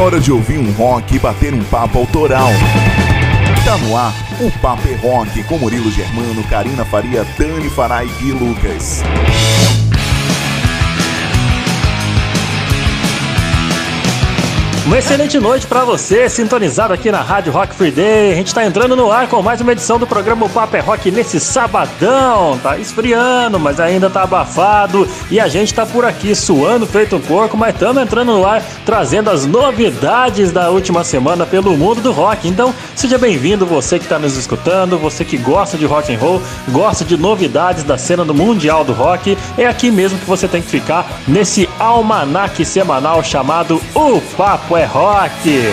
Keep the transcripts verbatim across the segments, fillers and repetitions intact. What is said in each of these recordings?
hora de ouvir um rock e bater um papo autoral. Tá no ar o Papo é Rock com Murilo Germano, Karina Faria, Dani Fará e Gui Lucas. Uma excelente noite pra você, sintonizado aqui na Rádio Rock Free Day. A gente tá entrando no ar com mais uma edição do programa Papo é Rock nesse sabadão. Tá esfriando, mas ainda tá abafado. E a gente tá por aqui suando feito um porco, mas estamos entrando no ar trazendo as novidades da última semana pelo mundo do rock. Então, seja bem-vindo você que tá nos escutando, você que gosta de rock and roll, gosta de novidades da cena do mundial do rock. É aqui mesmo que você tem que ficar nesse almanaque semanal chamado O Papo é Rock.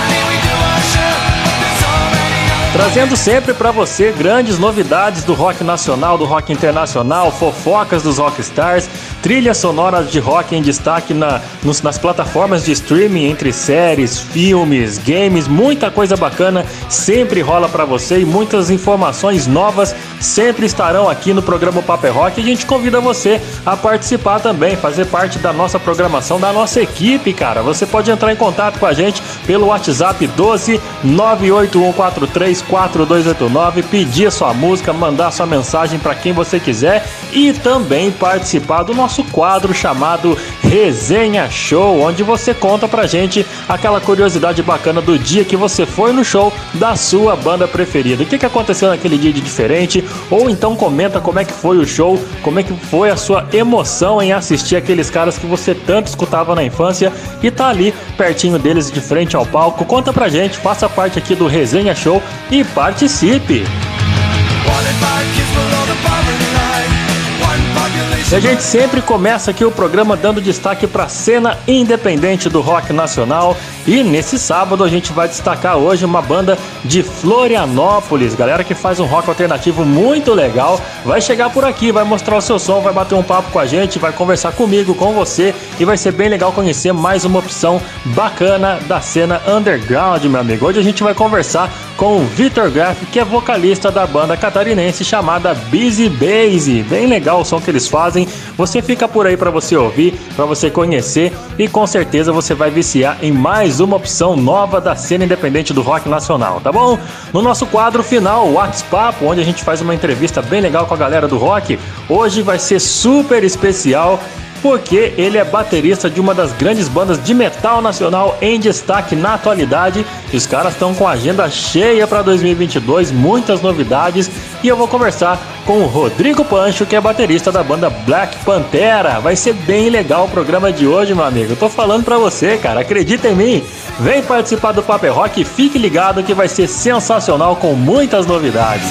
Trazendo sempre pra você grandes novidades do rock nacional, do rock internacional, fofocas dos rockstars, trilhas sonoras de rock em destaque na, nos, nas plataformas de streaming, entre séries, filmes, games, muita coisa bacana sempre rola pra você e muitas informações novas sempre estarão aqui no programa Papo é Rock. E a gente convida você a participar também, fazer parte da nossa programação, da nossa equipe, cara. Você pode entrar em contato com a gente pelo WhatsApp doze nove oito um quatro três quatro dois oito nove, pedir a sua música, mandar sua mensagem para quem você quiser e também participar do nosso quadro chamado Resenha Show, onde você conta pra gente aquela curiosidade bacana do dia que você foi no show da sua banda preferida. O que, que aconteceu naquele dia de diferente? Ou então comenta como é que foi o show, como é que foi a sua emoção em assistir aqueles caras que você tanto escutava na infância e tá ali pertinho deles de frente ao palco. Conta pra gente, faça parte aqui do Resenha Show e participe! E a gente sempre começa aqui o programa dando destaque para a cena independente do rock nacional. E nesse sábado a gente vai destacar hoje uma banda de Florianópolis, galera que faz um rock alternativo muito legal. Vai chegar por aqui, vai mostrar o seu som, vai bater um papo com a gente, vai conversar comigo, com você. E vai ser bem legal conhecer mais uma opção bacana da cena underground, meu amigo. Hoje a gente vai conversar com o Vitor Graff, que é vocalista da banda catarinense chamada Busy Base. Bem legal o som que eles fazem. Você fica por aí para você ouvir, para você conhecer e com certeza você vai viciar em mais uma opção nova da cena independente do rock nacional, tá bom? No nosso quadro final, o WhatsApp, onde a gente faz uma entrevista bem legal com a galera do rock, hoje vai ser super especial, porque ele é baterista de uma das grandes bandas de metal nacional em destaque na atualidade. E os caras estão com a agenda cheia para dois mil e vinte e dois, muitas novidades. E eu vou conversar com o Rodrigo Pancho, que é baterista da banda Black Pantera. Vai ser bem legal o programa de hoje, meu amigo. Eu tô falando pra você, cara, acredita em mim. Vem participar do Papo é Rock e fique ligado que vai ser sensacional com muitas novidades.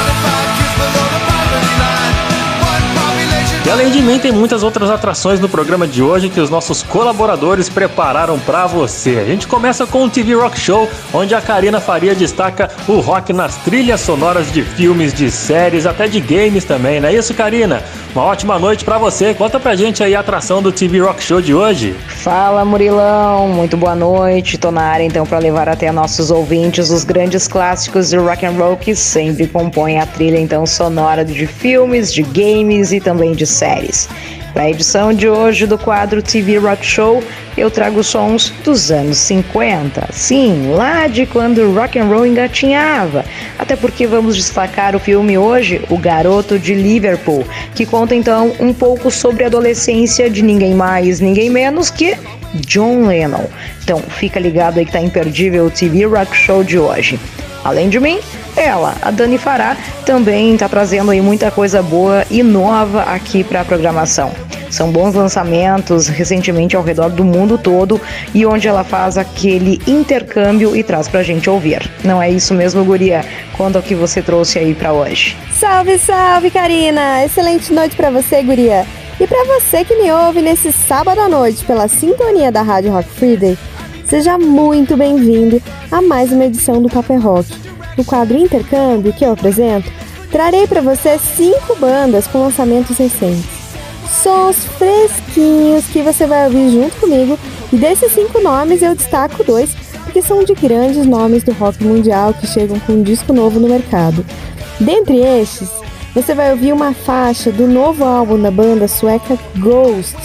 E além de mim, tem muitas outras atrações no programa de hoje que os nossos colaboradores prepararam pra você. A gente começa com o T V Rock Show, onde a Karina Faria destaca o rock nas trilhas sonoras de filmes, de séries, até de games também, não é isso, Karina? Uma ótima noite pra você. Conta pra gente aí a atração do T V Rock Show de hoje. Fala, Murilão, muito boa noite. Tô na área então para levar até nossos ouvintes os grandes clássicos de rock and roll que sempre compõem a trilha então sonora de filmes, de games e também de séries. Para a edição de hoje do quadro T V Rock Show, eu trago sons dos anos cinquenta. Sim, lá de quando o rock and roll engatinhava. Até porque vamos destacar o filme hoje, O Garoto de Liverpool, que conta então um pouco sobre a adolescência de ninguém mais, ninguém menos que John Lennon. Então fica ligado aí que tá imperdível o T V Rock Show de hoje. Além de mim, ela, a Dani Fará, também está trazendo aí muita coisa boa e nova aqui para a programação. São bons lançamentos recentemente ao redor do mundo todo e onde ela faz aquele intercâmbio e traz pra gente ouvir. Não é isso mesmo, guria? Conta o que você trouxe aí pra hoje. Salve, salve, Karina! Excelente noite pra você, guria! E pra você que me ouve nesse sábado à noite pela sintonia da Rádio Rock Free Day, seja muito bem-vindo a mais uma edição do Papo é Rock. No quadro Intercâmbio que eu apresento, trarei para você cinco bandas com lançamentos recentes. Sons fresquinhos que você vai ouvir junto comigo, e desses cinco nomes eu destaco dois, porque são de grandes nomes do rock mundial que chegam com um disco novo no mercado. Dentre estes, você vai ouvir uma faixa do novo álbum da banda sueca Ghost,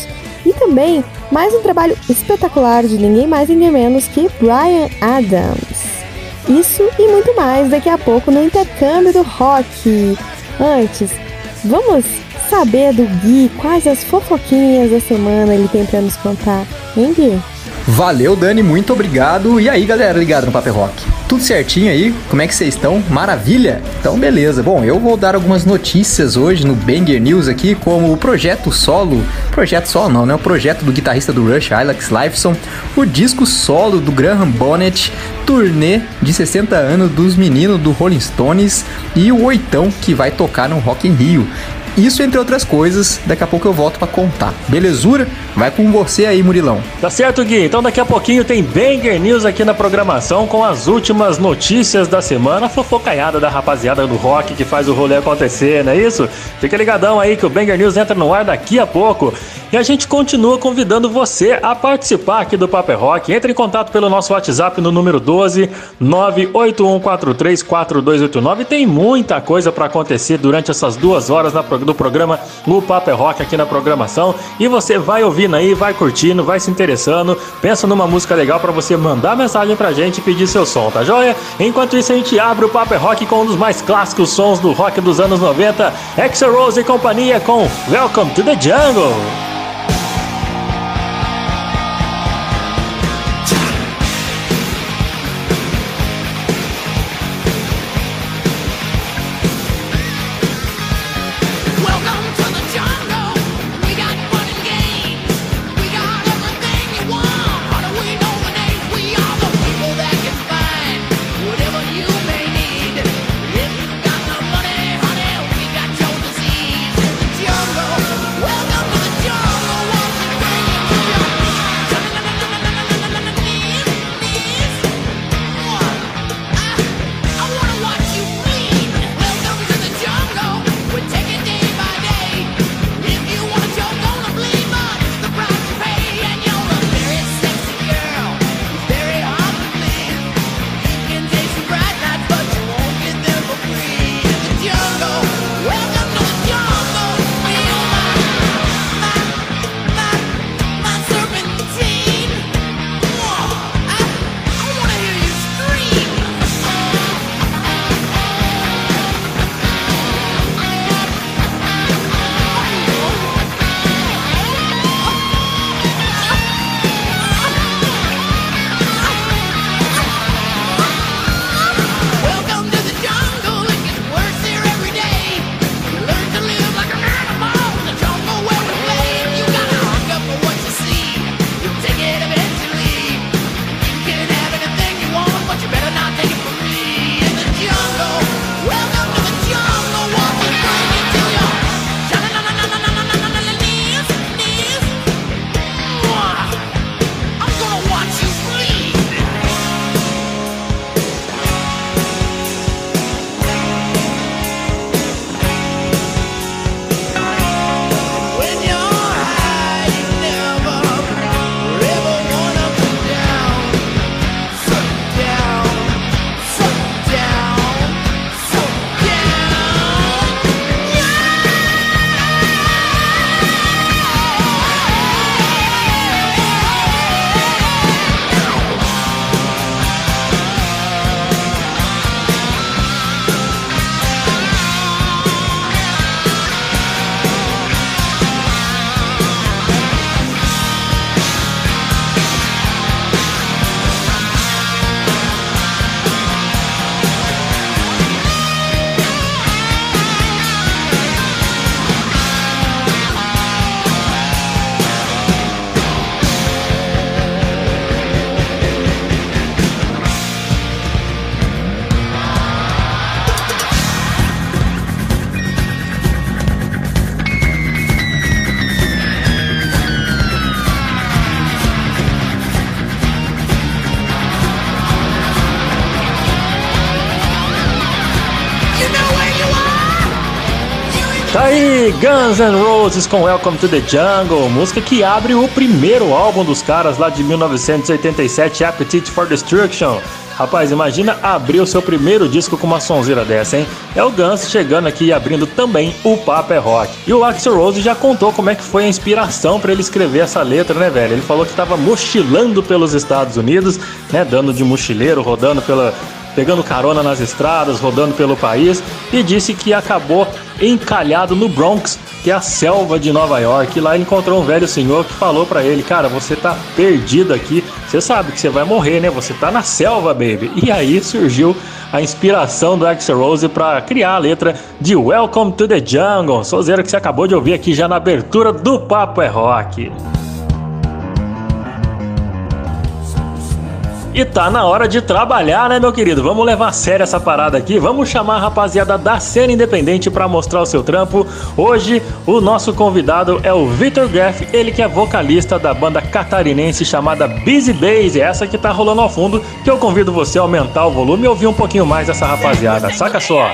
E também mais um trabalho espetacular de ninguém mais ninguém menos que Bryan Adams. Isso e muito mais daqui a pouco no intercâmbio do rock. Antes, vamos saber do Gui quais as fofoquinhas da semana ele tem pra nos contar, hein, Gui? Valeu, Dani, muito obrigado. E aí, galera ligada no Paper Rock? Tudo certinho aí? Como é que vocês estão? Maravilha? Então, beleza. Bom, eu vou dar algumas notícias hoje no Banger News aqui, como o projeto solo, projeto solo não, né? O projeto do guitarrista do Rush, Alex Lifeson, o disco solo do Graham Bonnet, turnê de sessenta anos dos meninos do Rolling Stones e o oitão que vai tocar no Rock in Rio. Isso, entre outras coisas, daqui a pouco eu volto pra contar. Belezura? Vai com você aí, Murilão. Tá certo, Gui. Então daqui a pouquinho tem Banger News aqui na programação com as últimas notícias da semana, a fofocaiada da rapaziada do rock que faz o rolê acontecer, não é isso? Fica ligadão aí que o Banger News entra no ar daqui a pouco. E a gente continua convidando você a participar aqui do Paper Rock. Entre em contato pelo nosso WhatsApp no número doze, nove oito um quatro três quatro dois oito nove. Tem muita coisa pra acontecer durante essas duas horas na programação do programa O Paper Rock aqui na programação, e você vai ouvindo aí, vai curtindo, vai se interessando, pensa numa música legal pra você mandar mensagem pra gente e pedir seu som, tá joia? Enquanto isso a gente abre o Paper Rock com um dos mais clássicos sons do rock dos anos noventa, Axl Rose e companhia com Welcome to the Jungle. Tá aí, Guns N' Roses com Welcome to the Jungle, música que abre o primeiro álbum dos caras lá de mil novecentos e oitenta e sete, Appetite for Destruction. Rapaz, imagina abrir o seu primeiro disco com uma sonzeira dessa, hein? É o Guns chegando aqui e abrindo também o Papo é Rock. E o Axl Rose já contou como é que foi a inspiração para ele escrever essa letra, né, velho? Ele falou que estava mochilando pelos Estados Unidos, né, dando de mochileiro, rodando pela... pegando carona nas estradas, rodando pelo país, e disse que acabou encalhado no Bronx, que é a selva de Nova York. E lá ele encontrou um velho senhor que falou pra ele: cara, você tá perdido aqui, você sabe que você vai morrer, né? Você tá na selva, baby. E aí surgiu a inspiração do Axl Rose pra criar a letra de Welcome to the Jungle, sozeira que você acabou de ouvir aqui já na abertura do Papo é Rock. E tá na hora de trabalhar, né, meu querido? Vamos levar a sério essa parada aqui. Vamos chamar a rapaziada da cena independente pra mostrar o seu trampo. Hoje, o nosso convidado é o Victor Graff, ele que é vocalista da banda catarinense chamada Busy Bass. É essa que tá rolando ao fundo, que eu convido você a aumentar o volume e ouvir um pouquinho mais dessa rapaziada. Saca só!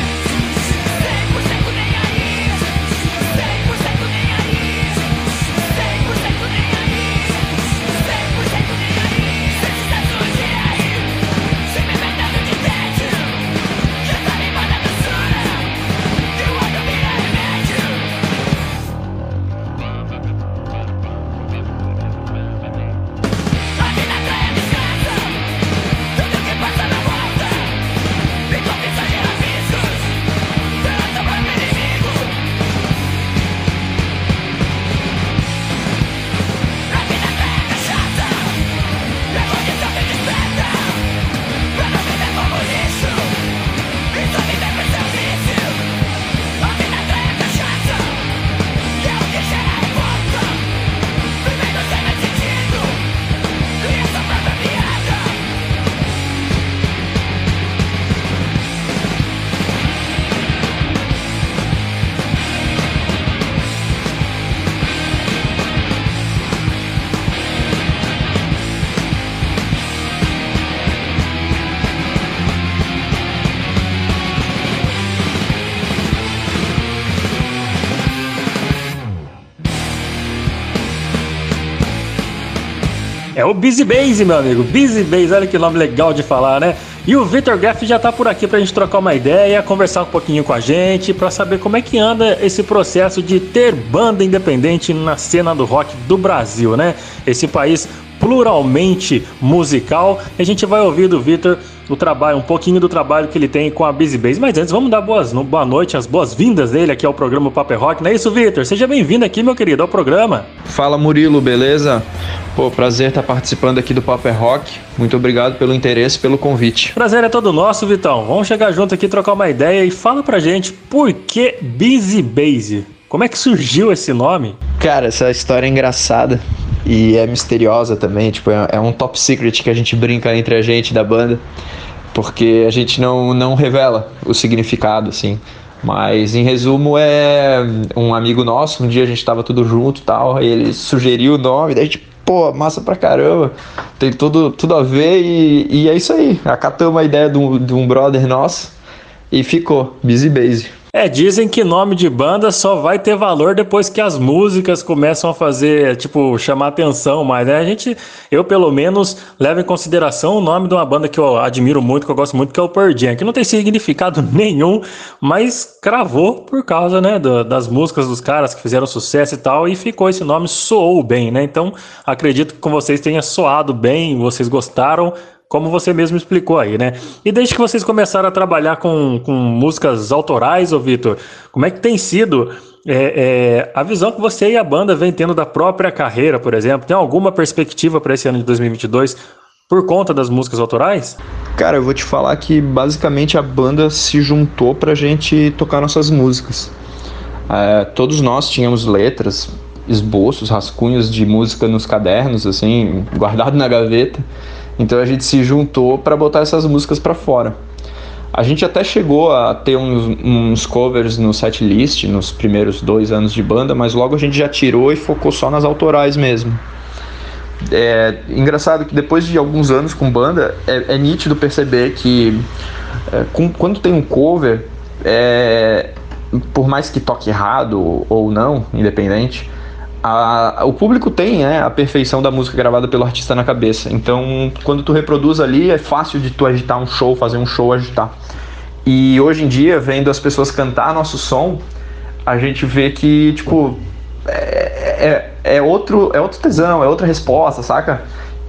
É o Busy Bass, meu amigo. Busy Bass, olha que nome legal de falar, né? E o Victor Graff já tá por aqui pra gente trocar uma ideia, conversar um pouquinho com a gente, pra saber como é que anda esse processo de ter banda independente na cena do rock do Brasil, né? Esse país pluralmente musical. A gente vai ouvir do Victor o trabalho, um pouquinho do trabalho que ele tem com a Busy Bass. Mas antes, vamos dar boas, boa noite, as boas-vindas dele aqui ao programa Papo é Rock. Não é isso, Victor? Seja bem-vindo aqui, meu querido, ao programa. Fala, Murilo, beleza? Pô, prazer estar participando aqui do Papo é Rock. Muito obrigado pelo interesse, pelo convite. Prazer é todo nosso, Vitão. Vamos chegar junto aqui, trocar uma ideia e fala pra gente por que Busy Bass? Como é que surgiu esse nome? Cara, essa história é engraçada e é misteriosa também. Tipo, é, é um top secret que a gente brinca entre a gente da banda, porque a gente não, não revela o significado, assim. Mas, em resumo, é um amigo nosso, um dia a gente tava tudo junto e tal, e ele sugeriu o nome, daí a gente, pô, massa pra caramba, tem tudo, tudo a ver, e, e é isso aí. Acatamos a ideia de um, de um brother nosso e ficou, Busy Bass. É, dizem que nome de banda só vai ter valor depois que as músicas começam a fazer, tipo, chamar atenção, mas né, a gente, eu pelo menos, levo em consideração o nome de uma banda que eu admiro muito, que eu gosto muito, que é o Pearl Jam, que não tem significado nenhum, mas cravou por causa, né, do, das músicas dos caras que fizeram sucesso e tal, e ficou esse nome, soou bem, né, então acredito que com vocês tenha soado bem, vocês gostaram, como você mesmo explicou aí, né? E desde que vocês começaram a trabalhar com, com músicas autorais, ô Victor, como é que tem sido é, é, a visão que você e a banda vem tendo da própria carreira, por exemplo? Tem alguma perspectiva para esse ano de dois mil e vinte e dois por conta das músicas autorais? Cara, eu vou te falar que basicamente a banda se juntou pra gente tocar nossas músicas. É, todos nós tínhamos letras, esboços, rascunhos de música nos cadernos, assim, guardado na gaveta. Então a gente se juntou para botar essas músicas para fora. A gente até chegou a ter uns, uns covers no setlist nos primeiros dois anos de banda, mas logo a gente já tirou e focou só nas autorais mesmo. É engraçado que depois de alguns anos com banda, é, é nítido perceber que é, com, quando tem um cover, é, por mais que toque errado ou não, independente, a, o público tem, né, a perfeição da música gravada pelo artista na cabeça. Então, quando tu reproduz ali, é fácil de tu agitar um show, fazer um show, agitar. E hoje em dia, vendo as pessoas cantar nosso som, a gente vê que, tipo, é, é, é, outro, é outro tesão, é outra resposta, saca?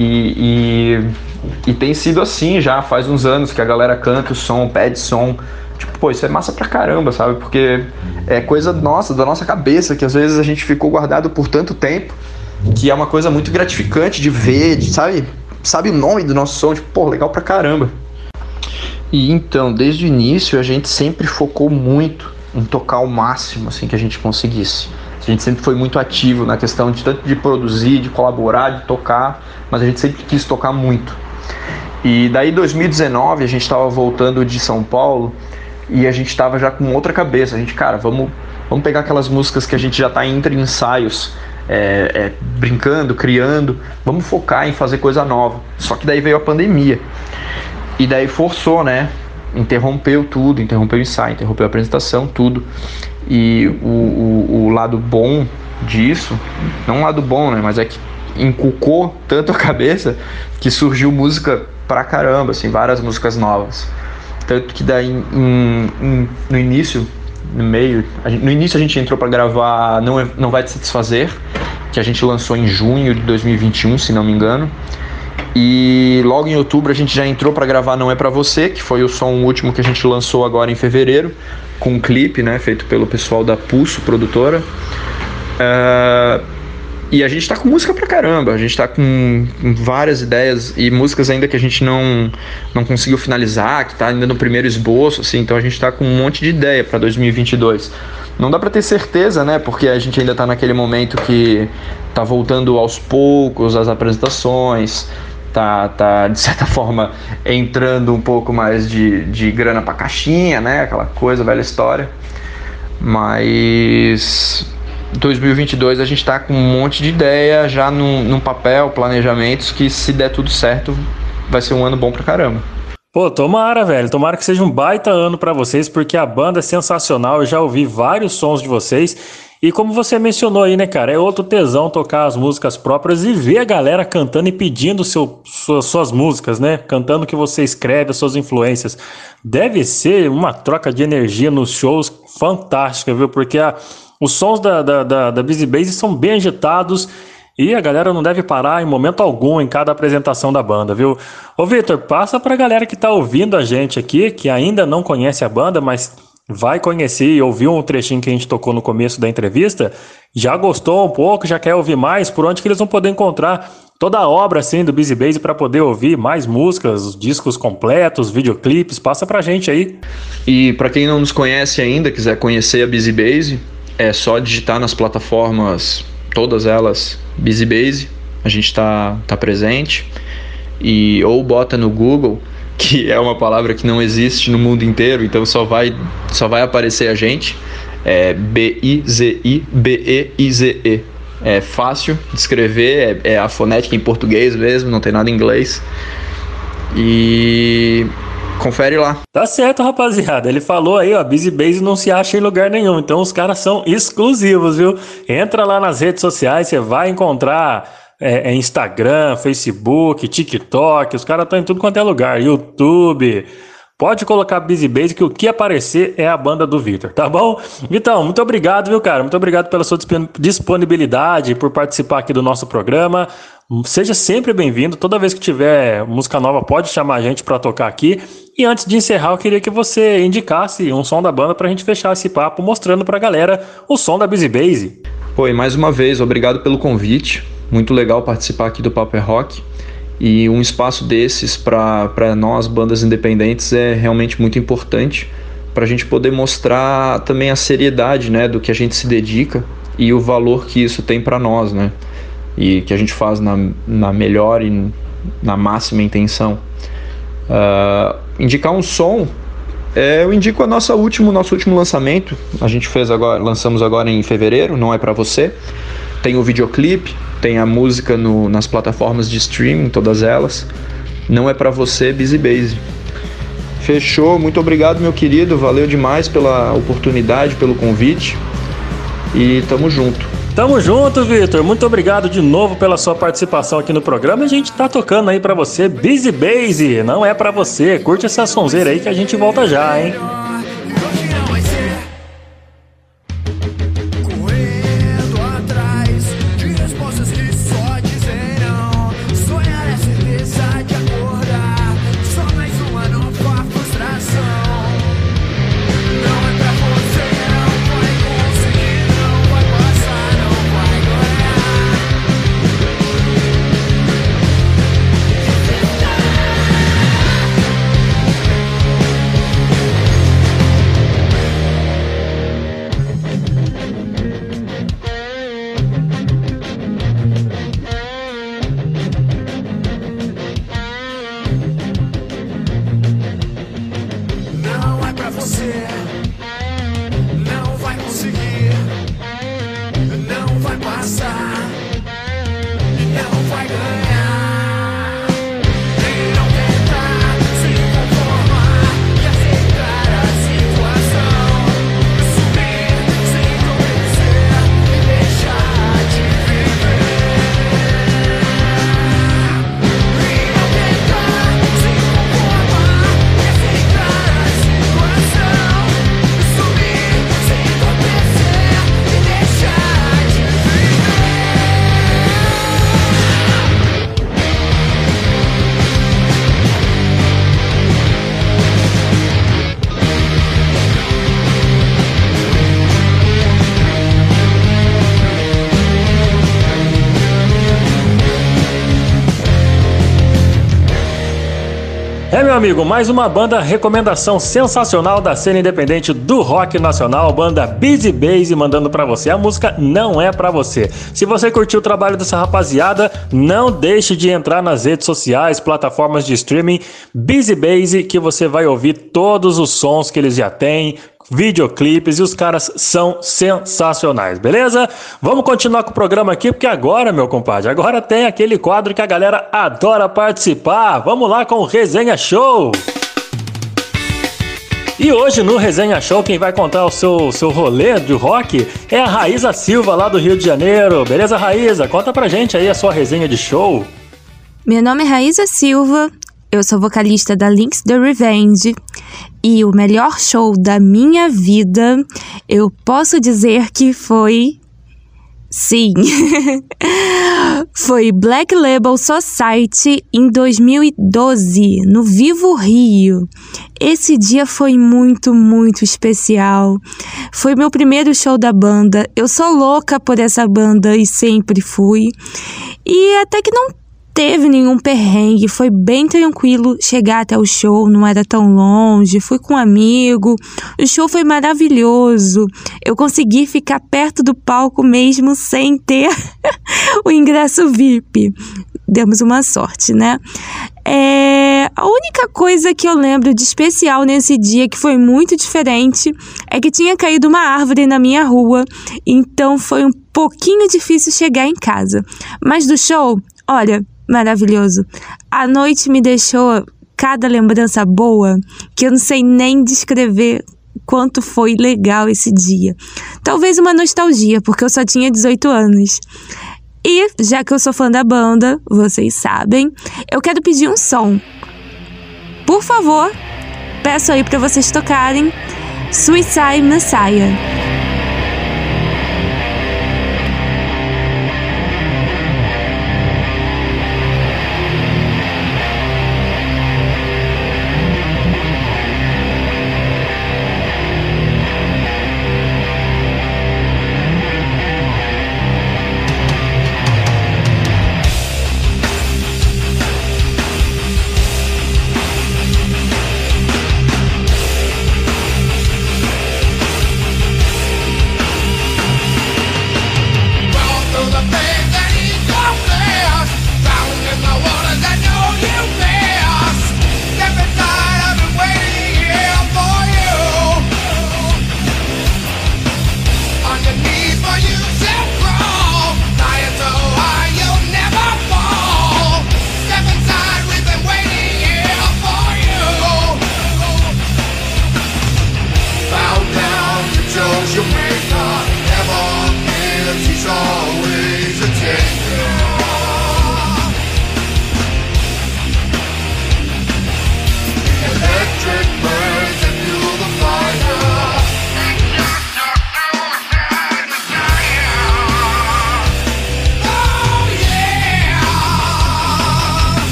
E, e, e tem sido assim já faz uns anos que a galera canta o som, pede som. Tipo, pô, isso é massa pra caramba, sabe? Porque é coisa nossa, da nossa cabeça, que às vezes a gente ficou guardado por tanto tempo, que é uma coisa muito gratificante de ver, de, sabe? Sabe o nome do nosso som, tipo, pô, legal pra caramba. E então, desde o início, a gente sempre focou muito em tocar o máximo, assim, que a gente conseguisse. A gente sempre foi muito ativo na questão de tanto de produzir, de colaborar, de tocar, mas a gente sempre quis tocar muito. E daí, em dois mil e dezenove, a gente estava voltando de São Paulo e a gente estava já com outra cabeça. A gente, cara, vamos, vamos pegar aquelas músicas que a gente já está entre ensaios, é, é, brincando, criando, vamos focar em fazer coisa nova. Só que daí veio a pandemia. E daí forçou, né? Interrompeu tudo, interrompeu o ensaio, interrompeu a apresentação, tudo. E o, o, o lado bom disso, não um lado bom, né? Mas é que encucou tanto a cabeça que surgiu música pra caramba, assim, várias músicas novas. Tanto que daí em, em, no início, no meio, a gente, no início a gente entrou pra gravar Não, é, não Vai Te Satisfazer, que a gente lançou em junho de dois mil e vinte e um, se não me engano. E logo em outubro a gente já entrou para gravar Não É Pra Você, que foi o som último que a gente lançou agora em fevereiro, com um clipe, né, feito pelo pessoal da Pulso, produtora. Uh, e a gente tá com música pra caramba, a gente tá com várias ideias e músicas ainda que a gente não, não conseguiu finalizar, que tá ainda no primeiro esboço, assim, então a gente tá com um monte de ideia para dois mil e vinte e dois. Não dá pra ter certeza, né, porque a gente ainda tá naquele momento que tá voltando aos poucos as apresentações, Tá, tá, de certa forma, entrando um pouco mais de, de grana pra caixinha, né? Aquela coisa, velha história. Mas dois mil e vinte e dois a gente tá com um monte de ideia já num, num papel, planejamentos, que se der tudo certo, vai ser um ano bom pra caramba. Pô, tomara, velho. Tomara que seja um baita ano pra vocês, porque a banda é sensacional. Eu já ouvi vários sons de vocês. E como você mencionou aí, né, cara, é outro tesão tocar as músicas próprias e ver a galera cantando e pedindo seu, suas, suas músicas, né? Cantando o que você escreve, as suas influências. Deve ser uma troca de energia nos shows fantástica, viu? Porque a, os sons da, da, da, da Busy Base são bem agitados e a galera não deve parar em momento algum em cada apresentação da banda, viu? Ô, Vitor, passa pra galera que tá ouvindo a gente aqui, que ainda não conhece a banda, mas vai conhecer e ouvir um trechinho que a gente tocou no começo da entrevista, já gostou um pouco, já quer ouvir mais, por onde que eles vão poder encontrar toda a obra assim do Busy Base para poder ouvir mais músicas, discos completos, videoclipes? Passa pra gente aí. E para quem não nos conhece ainda, quiser conhecer a Busy Base, é só digitar nas plataformas, todas elas, Busy Base, a gente tá, tá presente, e ou bota no Google, que é uma palavra que não existe no mundo inteiro, então só vai, só vai aparecer a gente, é B I Z I B E I Z E. É fácil de escrever, é, é a fonética em português mesmo, não tem nada em inglês. E confere lá. Tá certo, rapaziada. Ele falou aí, ó, Busy Base não se acha em lugar nenhum, então os caras são exclusivos, viu? Entra lá nas redes sociais, você vai encontrar É, é Instagram, Facebook, TikTok, os caras estão em tudo quanto é lugar, YouTube. Pode colocar Busy Base que o que aparecer é a banda do Vitor, tá bom? Vitão, muito obrigado, viu, cara? Muito obrigado pela sua disponibilidade, por participar aqui do nosso programa. Seja sempre bem-vindo. Toda vez que tiver música nova, pode chamar a gente para tocar aqui. E antes de encerrar, eu queria que você indicasse um som da banda pra gente fechar esse papo, mostrando pra galera o som da Busy Base. Pô, e mais uma vez, obrigado pelo convite. Muito legal participar aqui do Papo é Rock. E um espaço desses para nós, bandas independentes, é realmente muito importante para a gente poder mostrar também a seriedade, né, do que a gente se dedica e o valor que isso tem para nós, né? E que a gente faz na, na melhor e na máxima intenção. Uh, indicar um som, é, eu indico a nossa último, nosso último lançamento. A gente fez agora, lançamos agora em fevereiro, Não É Pra Você. Tem o videoclipe, tem a música no, nas plataformas de streaming, todas elas. Não É Pra Você, Busy Base. Fechou, muito obrigado, meu querido. Valeu demais pela oportunidade, pelo convite. E tamo junto. Tamo junto, Vitor. Muito obrigado de novo pela sua participação aqui no programa. A gente tá tocando aí pra você Busy Base. Não é pra você. Curte essa sonzeira aí que a gente volta já, hein? É, meu amigo, mais uma banda recomendação sensacional da cena independente do rock nacional, banda Busy Base, mandando pra você a música Não É Pra Você. Se você curtiu o trabalho dessa rapaziada, não deixe de entrar nas redes sociais, plataformas de streaming Busy Base, que você vai ouvir todos os sons que eles já têm, videoclipes, e os caras são sensacionais, beleza? Vamos continuar com o programa aqui, porque agora, meu compadre, agora tem aquele quadro que a galera adora participar. Vamos lá com o Resenha Show! E hoje no Resenha Show, quem vai contar o seu, seu rolê de rock é a Raíza Silva, lá do Rio de Janeiro. Beleza, Raíza? Conta pra gente aí a sua resenha de show. Meu nome é Raíza Silva, eu sou vocalista da Lynx The Revenge. E o melhor show da minha vida, eu posso dizer que foi... Sim, foi Black Label Society em dois mil e doze, no Vivo Rio. Esse dia foi muito, muito especial. Foi meu primeiro show da banda. Eu sou louca por essa banda e sempre fui. E até que não teve nenhum perrengue, foi bem tranquilo chegar até o show, não era tão longe, fui com um amigo, o show foi maravilhoso, eu consegui ficar perto do palco mesmo sem ter o ingresso V I P, demos uma sorte, né? É, a única coisa que eu lembro de especial nesse dia, que foi muito diferente, é que tinha caído uma árvore na minha rua, então foi um pouquinho difícil chegar em casa, mas do show, olha, maravilhoso. A noite me deixou cada lembrança boa que eu não sei nem descrever quanto foi legal esse dia. Talvez uma nostalgia, porque eu só tinha dezoito anos. E, já que eu sou fã da banda, vocês sabem, eu quero pedir um som. Por favor, peço aí pra vocês tocarem Suicide Messiah.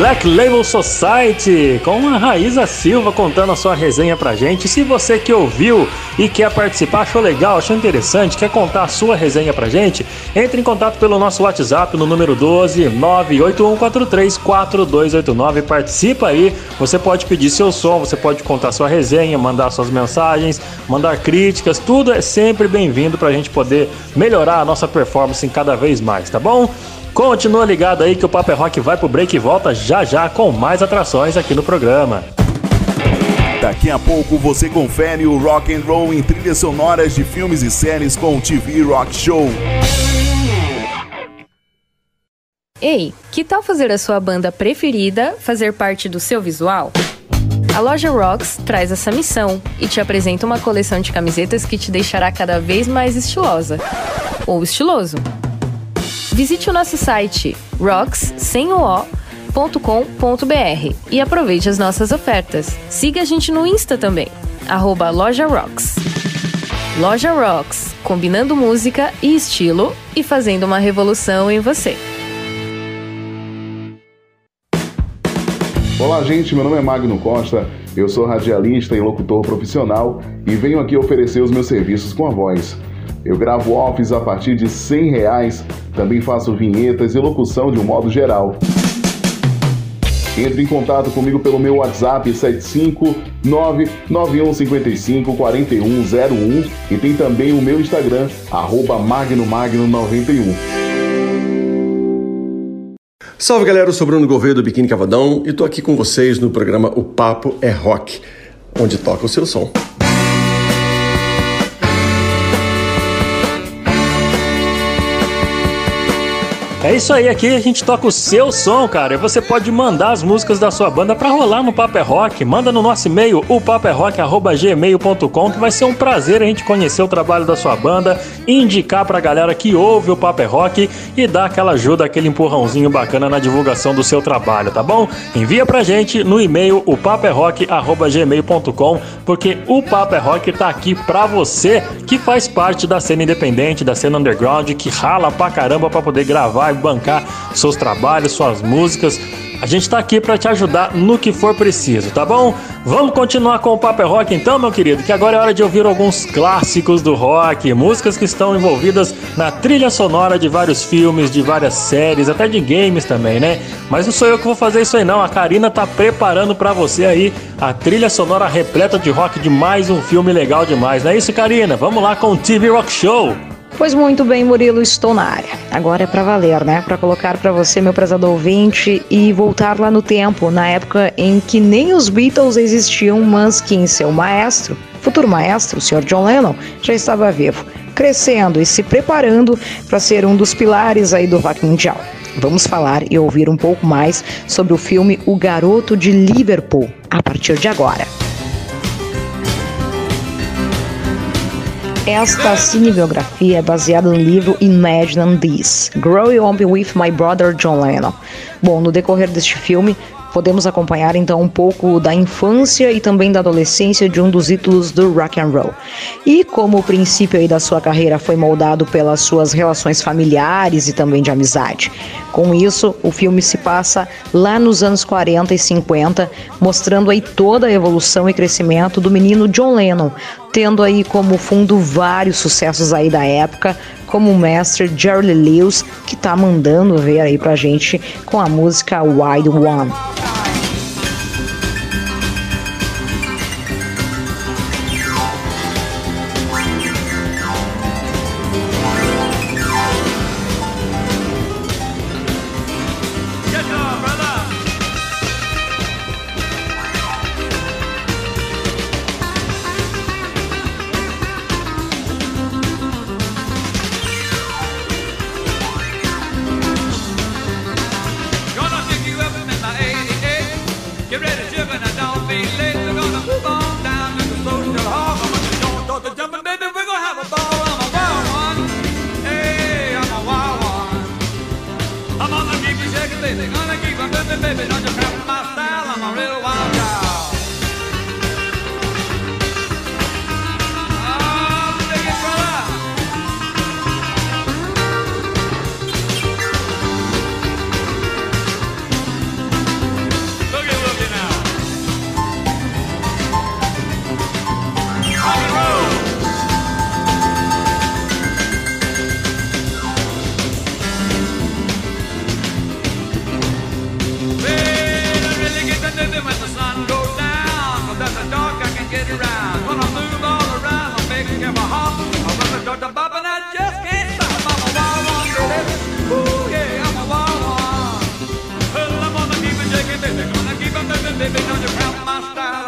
Black Label Society, com a Raíza Silva contando a sua resenha pra gente. Se você que ouviu e quer participar, achou legal, achou interessante, quer contar a sua resenha pra gente, entre em contato pelo nosso WhatsApp no número doze, nove oito um quatro três, quatro dois oito nove. Participa aí, você pode pedir seu som, você pode contar sua resenha, mandar suas mensagens, mandar críticas, tudo é sempre bem-vindo pra gente poder melhorar a nossa performance cada vez mais, tá bom? Continua ligado aí que o Papo é Rock vai pro break e volta já já com mais atrações aqui no programa. Daqui a pouco você confere o rock and roll em trilhas sonoras de filmes e séries com o T V Rock Show. Ei, que tal fazer a sua banda preferida fazer parte do seu visual? A loja Rocks traz essa missão e te apresenta uma coleção de camisetas que te deixará cada vez mais estilosa ou estiloso. Visite o nosso site rocks sem o o ponto com ponto br e aproveite as nossas ofertas. Siga a gente no Insta também, arroba Loja Rocks. Loja Rocks, combinando música e estilo e fazendo uma revolução em você. Olá, gente, meu nome é Magno Costa, eu sou radialista e locutor profissional e venho aqui oferecer os meus serviços com a voz. Eu gravo offs a partir de cem reais, também faço vinhetas e locução de um modo geral. Entre em contato comigo pelo meu WhatsApp sete cinco nove nove um cinco cinco quatro um zero um e tem também o meu Instagram, arroba magno magno noventa e um. Salve galera, eu sou Bruno Gouveia do Biquíni Cavadão e tô aqui com vocês no programa O Papo é Rock, onde toca o seu som. É isso aí, aqui a gente toca o seu som, cara. E você pode mandar as músicas da sua banda pra rolar no Papo é Rock. Manda no nosso e-mail, o papo é rock arroba gmail ponto com, que vai ser um prazer a gente conhecer o trabalho da sua banda, indicar pra galera que ouve o Papo é Rock e dar aquela ajuda, aquele empurrãozinho bacana na divulgação do seu trabalho, tá bom? Envia pra gente no e-mail, o papo é rock arroba gmail ponto com, porque o Papo é Rock tá aqui pra você que faz parte da cena independente, da cena underground, que rala pra caramba pra poder gravar, bancar seus trabalhos, suas músicas. A gente tá aqui pra te ajudar no que for preciso, tá bom? Vamos continuar com o Papo é Rock então, meu querido, que agora é hora de ouvir alguns clássicos do rock, músicas que estão envolvidas na trilha sonora de vários filmes, de várias séries, até de games também, né? Mas não sou eu que vou fazer isso aí não, a Karina tá preparando pra você aí a trilha sonora repleta de rock de mais um filme legal demais, não é isso, Karina? Vamos lá com o T V Rock Show! Pois muito bem, Murilo, estou na área. Agora é pra valer, né? Pra colocar pra você, meu prezado ouvinte, e voltar lá no tempo, na época em que nem os Beatles existiam, mas que em seu maestro, futuro maestro, o senhor John Lennon, já estava vivo, crescendo e se preparando para ser um dos pilares aí do rock mundial. Vamos falar e ouvir um pouco mais sobre o filme O Garoto de Liverpool, a partir de agora. Esta cinebiografia é baseada no livro Imagine This, Growing Up with My Brother John Lennon. Bom, no decorrer deste filme, podemos acompanhar então um pouco da infância e também da adolescência de um dos ídolos do rock and roll. E como o princípio aí da sua carreira foi moldado pelas suas relações familiares e também de amizade. Com isso, o filme se passa lá nos anos quarenta e cinquenta, mostrando aí toda a evolução e crescimento do menino John Lennon, tendo aí como fundo vários sucessos aí da época, como o mestre Jerry Lee Lewis, que tá mandando ver aí pra gente com a música Wild One.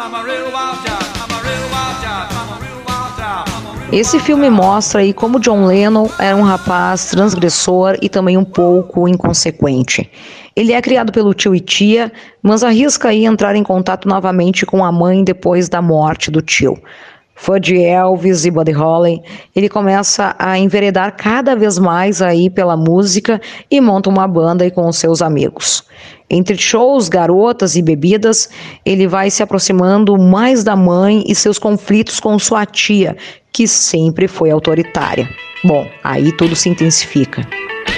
Esse filme mostra aí como John Lennon era um rapaz transgressor e também um pouco inconsequente. Ele é criado pelo tio e tia, mas arrisca aí entrar em contato novamente com a mãe depois da morte do tio. Fã de Elvis e Buddy Holly, ele começa a enveredar cada vez mais aí pela música e monta uma banda aí com os seus amigos. Entre shows, garotas e bebidas, ele vai se aproximando mais da mãe e seus conflitos com sua tia, que sempre foi autoritária. Bom, aí tudo se intensifica.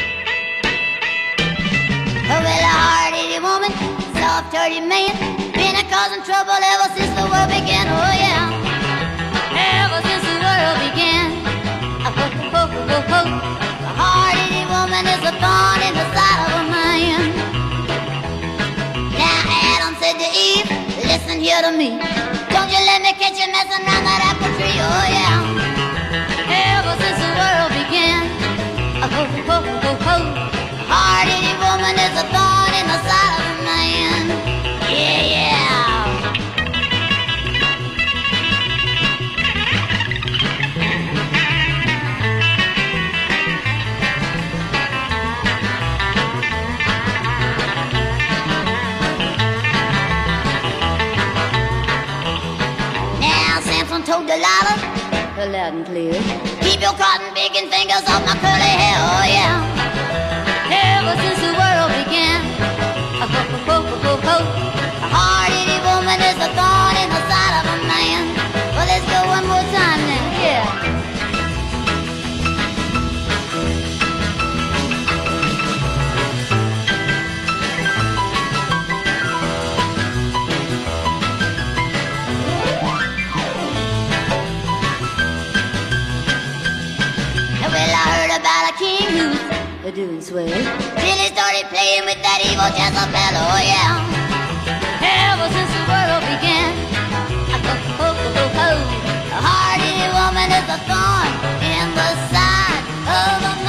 Listen here to me. Don't you let me catch you messing around that apple tree, oh yeah. Ever since the world began, oh, oh, oh, oh, oh. Hard-hitting woman is a thorn in the side of a man. Yeah, yeah. Told Delilah, loud and clear, keep your cotton picking fingers off my curly hair, oh yeah. Ever since the world began, a ho ho ho ho ho, a hard-hitting woman is a thorn in the side of a man. Well, let's go one more time now, yeah. Doing swell till he started playing with that evil Jezebel, oh yeah. Ever since the world began, a ho ho ho ho, a hard-hitting woman is a thorn in the side of a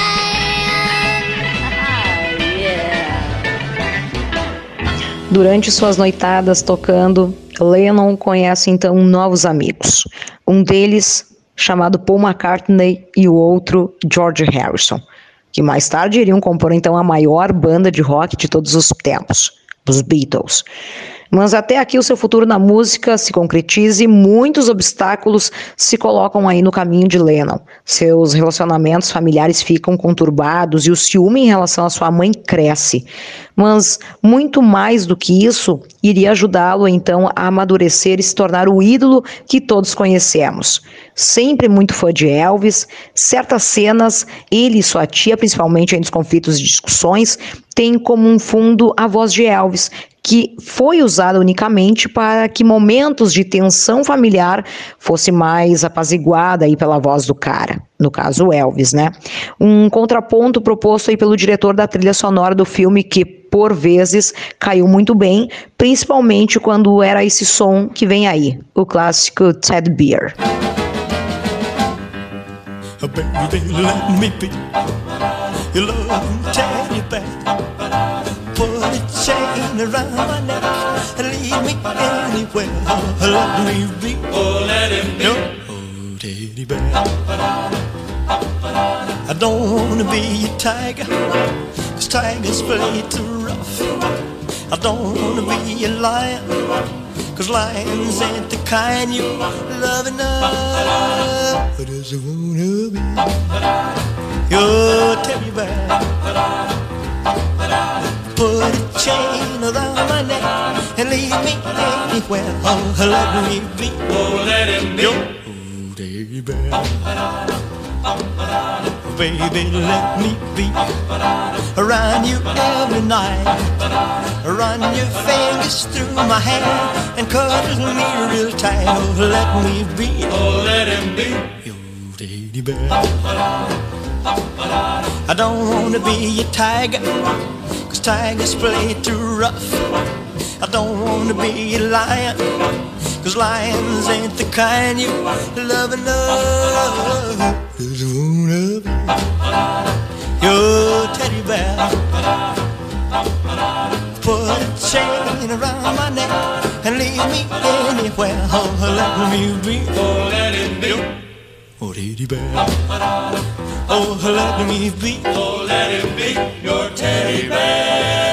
man. Yeah. Durante suas noitadas tocando, Lennon conhece então novos amigos. Um deles chamado Paul McCartney e o outro George Harrison, que mais tarde iriam compor então a maior banda de rock de todos os tempos, os Beatles. Mas até aqui o seu futuro na música se concretiza e muitos obstáculos se colocam aí no caminho de Lennon. Seus relacionamentos familiares ficam conturbados e o ciúme em relação à sua mãe cresce. Mas muito mais do que isso, iria ajudá-lo então a amadurecer e se tornar o ídolo que todos conhecemos. Sempre muito fã de Elvis, certas cenas, ele e sua tia, principalmente aí nos conflitos e discussões, têm como um fundo a voz de Elvis, que foi usada unicamente para que momentos de tensão familiar fosse mais apaziguada aí pela voz do cara, no caso Elvis, né? Um contraponto proposto aí pelo diretor da trilha sonora do filme que, por vezes, caiu muito bem, principalmente quando era esse som que vem aí, o clássico Teddy Bear. Baby, let me be your love teddy bear. Put a chain around my neck and leave me anywhere. Let me be, oh, let him be your oh, teddy bear. I don't wanna be a tiger, 'cause tigers play too rough. I don't wanna be a lion, 'cause lions ain't the kind you love enough. I just wanna be your teddy bear. Put a chain around my neck and leave me anywhere. Oh, let me be, oh, let him be your oh, teddy bear. Baby, let me be around you every night. Run your fingers through my hair and cuddle me real tight. Oh, let me be, oh, let him be your teddy bear. I don't wanna be a tiger, 'cause tigers play too rough. I don't wanna be a lion, 'cause lions ain't the kind you love enough. Just wanna be your teddy bear. put a chain around my neck and leave me anywhere. Oh, let me be. Oh, let it be. Oh, teddy bear. Oh, let me be. Oh, let it be your teddy bear.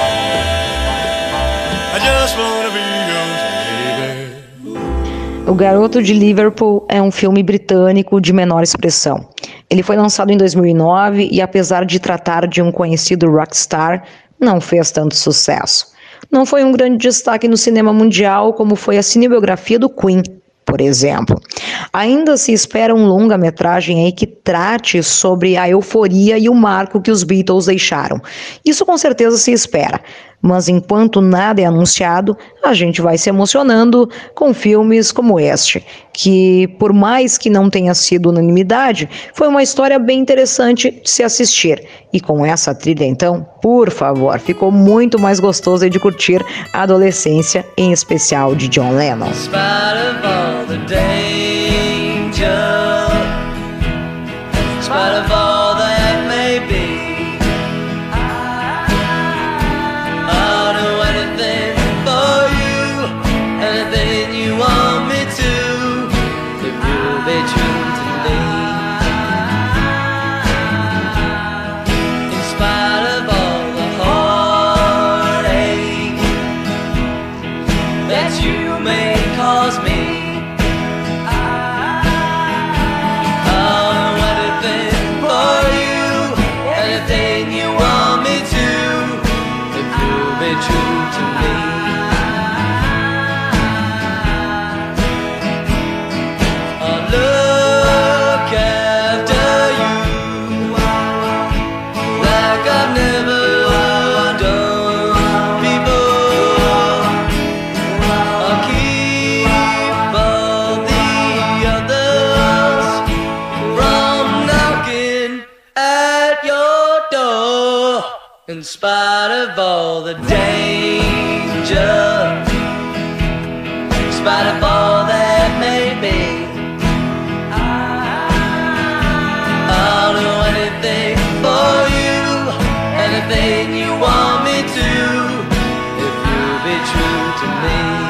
I just wanna be your teddy bear. O Garoto de Liverpool é um filme britânico de menor expressão. Ele foi lançado em dois mil e nove e, apesar de tratar de um conhecido rockstar, não fez tanto sucesso. Não foi um grande destaque no cinema mundial como foi a cinebiografia do Queen, por exemplo. Ainda se espera um longa-metragem aí que trate sobre a euforia e o marco que os Beatles deixaram. Isso com certeza se espera. Mas enquanto nada é anunciado, a gente vai se emocionando com filmes como este, que por mais que não tenha sido unanimidade, foi uma história bem interessante de se assistir. E com essa trilha então, por favor, ficou muito mais gostoso de curtir a adolescência, em especial de John Lennon. In spite of all the danger, in spite of all that may be, I'll do anything for you, anything you want me to, if you'll be true to me.